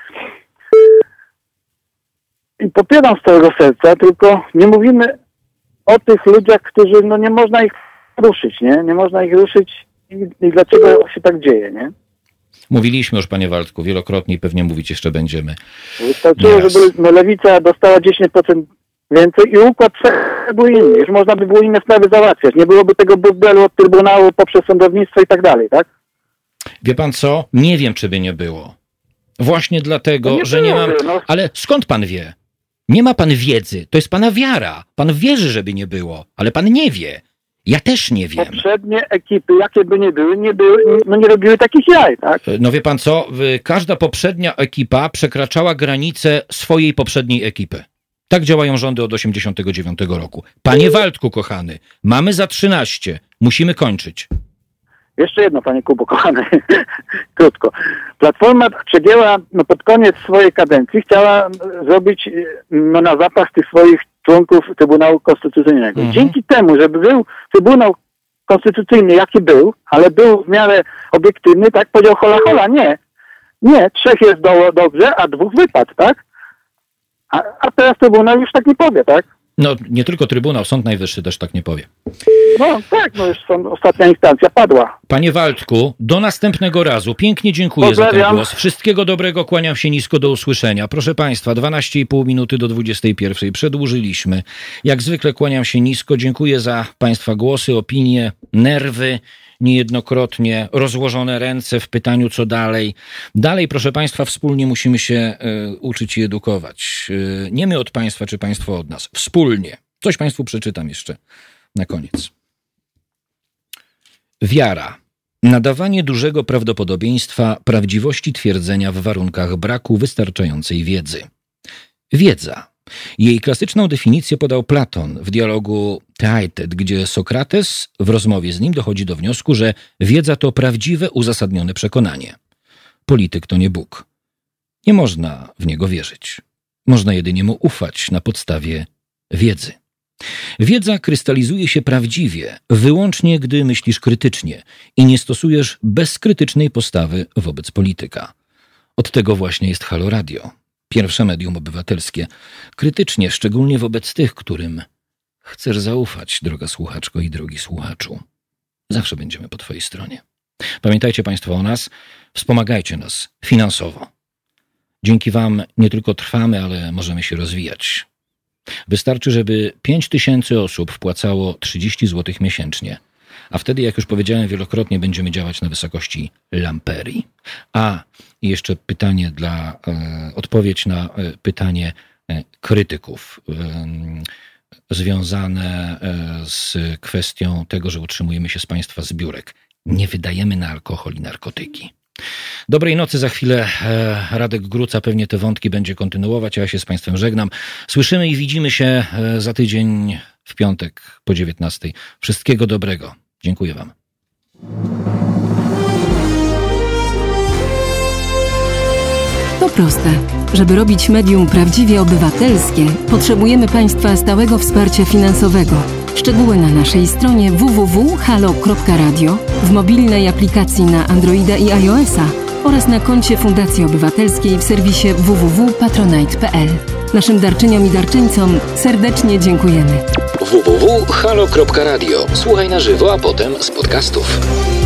i popieram z całego serca, tylko nie mówimy o tych ludziach, którzy, no nie można ich ruszyć, nie? Nie można ich ruszyć i, i dlaczego się tak dzieje, nie? Mówiliśmy już, panie Waldku, wielokrotnie i pewnie mówić jeszcze będziemy. Wystarczyło, żeby no, Lewica dostała dziesięć procent więcej i układ był inny. Już można by było inne sprawy załatwiać. Nie byłoby tego burdelu od Trybunału poprzez sądownictwo i tak dalej, tak? Wie pan co? Nie wiem, czy by nie było. Właśnie dlatego, No nie że nie mam... byłoby, no. Ale skąd pan wie? Nie ma pan wiedzy. To jest pana wiara. Pan wierzy, żeby nie było, ale pan nie wie. Ja też nie wiem. Poprzednie ekipy, jakie by nie były, nie były, no nie robiły takich jaj, tak? No wie pan co? Każda poprzednia ekipa przekraczała granice swojej poprzedniej ekipy. Tak działają rządy od osiemdziesiątego dziewiątego roku. Panie Waldku, kochany, mamy za trzynaście. Musimy kończyć. Jeszcze jedno, panie Kubo, kochany, krótko. Platforma przegięła no, pod koniec swojej kadencji, chciała zrobić no, na zapas tych swoich członków Trybunału Konstytucyjnego. Mhm. Dzięki temu, żeby był Trybunał Konstytucyjny, jaki był, ale był w miarę obiektywny, tak powiedział hola hola, nie. Nie, trzech jest do, dobrze, a dwóch wypadł, tak? A, a teraz Trybunał już tak nie powie, tak? No nie tylko Trybunał, Sąd Najwyższy też tak nie powie. No tak, no już są, ostatnia instancja padła. Panie Waldku, do następnego razu. Pięknie dziękuję Pozdrawiam. za ten głos. Wszystkiego dobrego, kłaniam się nisko, do usłyszenia. Proszę państwa, dwanaście i pół minuty do dwudziestej pierwszej. Przedłużyliśmy. Jak zwykle kłaniam się nisko. Dziękuję za państwa głosy, opinie, nerwy, niejednokrotnie rozłożone ręce w pytaniu, co dalej. Dalej, proszę państwa, wspólnie musimy się y, uczyć i edukować. Y, nie my od państwa, czy państwo od nas. Wspólnie. Coś państwu przeczytam jeszcze na koniec. Wiara. Nadawanie dużego prawdopodobieństwa prawdziwości twierdzenia w warunkach braku wystarczającej wiedzy. Wiedza. Jej klasyczną definicję podał Platon w dialogu Teaitet, gdzie Sokrates w rozmowie z nim dochodzi do wniosku, że wiedza to prawdziwe, uzasadnione przekonanie. Polityk to nie Bóg. Nie można w niego wierzyć. Można jedynie mu ufać na podstawie wiedzy. Wiedza krystalizuje się prawdziwie, wyłącznie gdy myślisz krytycznie i nie stosujesz bezkrytycznej postawy wobec polityka. Od tego właśnie jest Halo Radio. Pierwsze medium obywatelskie. Krytycznie, szczególnie wobec tych, którym chcesz zaufać, droga słuchaczko i drogi słuchaczu. Zawsze będziemy po twojej stronie. Pamiętajcie państwo o nas, wspomagajcie nas finansowo. Dzięki wam nie tylko trwamy, ale możemy się rozwijać. Wystarczy, żeby pięć tysięcy osób wpłacało trzydzieści złotych miesięcznie. A wtedy, jak już powiedziałem wielokrotnie, będziemy działać na wysokości lamperii. A i jeszcze pytanie dla, e, odpowiedź na e, pytanie e, krytyków e, związane e, z kwestią tego, że utrzymujemy się z państwa zbiórek. Nie wydajemy na alkohol i narkotyki. Dobrej nocy, za chwilę e, Radek Gruca pewnie te wątki będzie kontynuować, a ja się z państwem żegnam. Słyszymy i widzimy się e, za tydzień w piątek po dziewiętnastej. Wszystkiego dobrego. Dziękuję wam. To proste. Żeby robić medium prawdziwie obywatelskie, potrzebujemy państwa stałego wsparcia finansowego. Szczegóły na naszej stronie w w w kropka halo kropka radio, w mobilnej aplikacji na Androida i iOS-a oraz na koncie Fundacji Obywatelskiej w serwisie w w w kropka patronite kropka p l. Naszym darczyniom i darczyńcom serdecznie dziękujemy. w w w kropka halo kropka radio. Słuchaj na żywo, a potem z podcastów.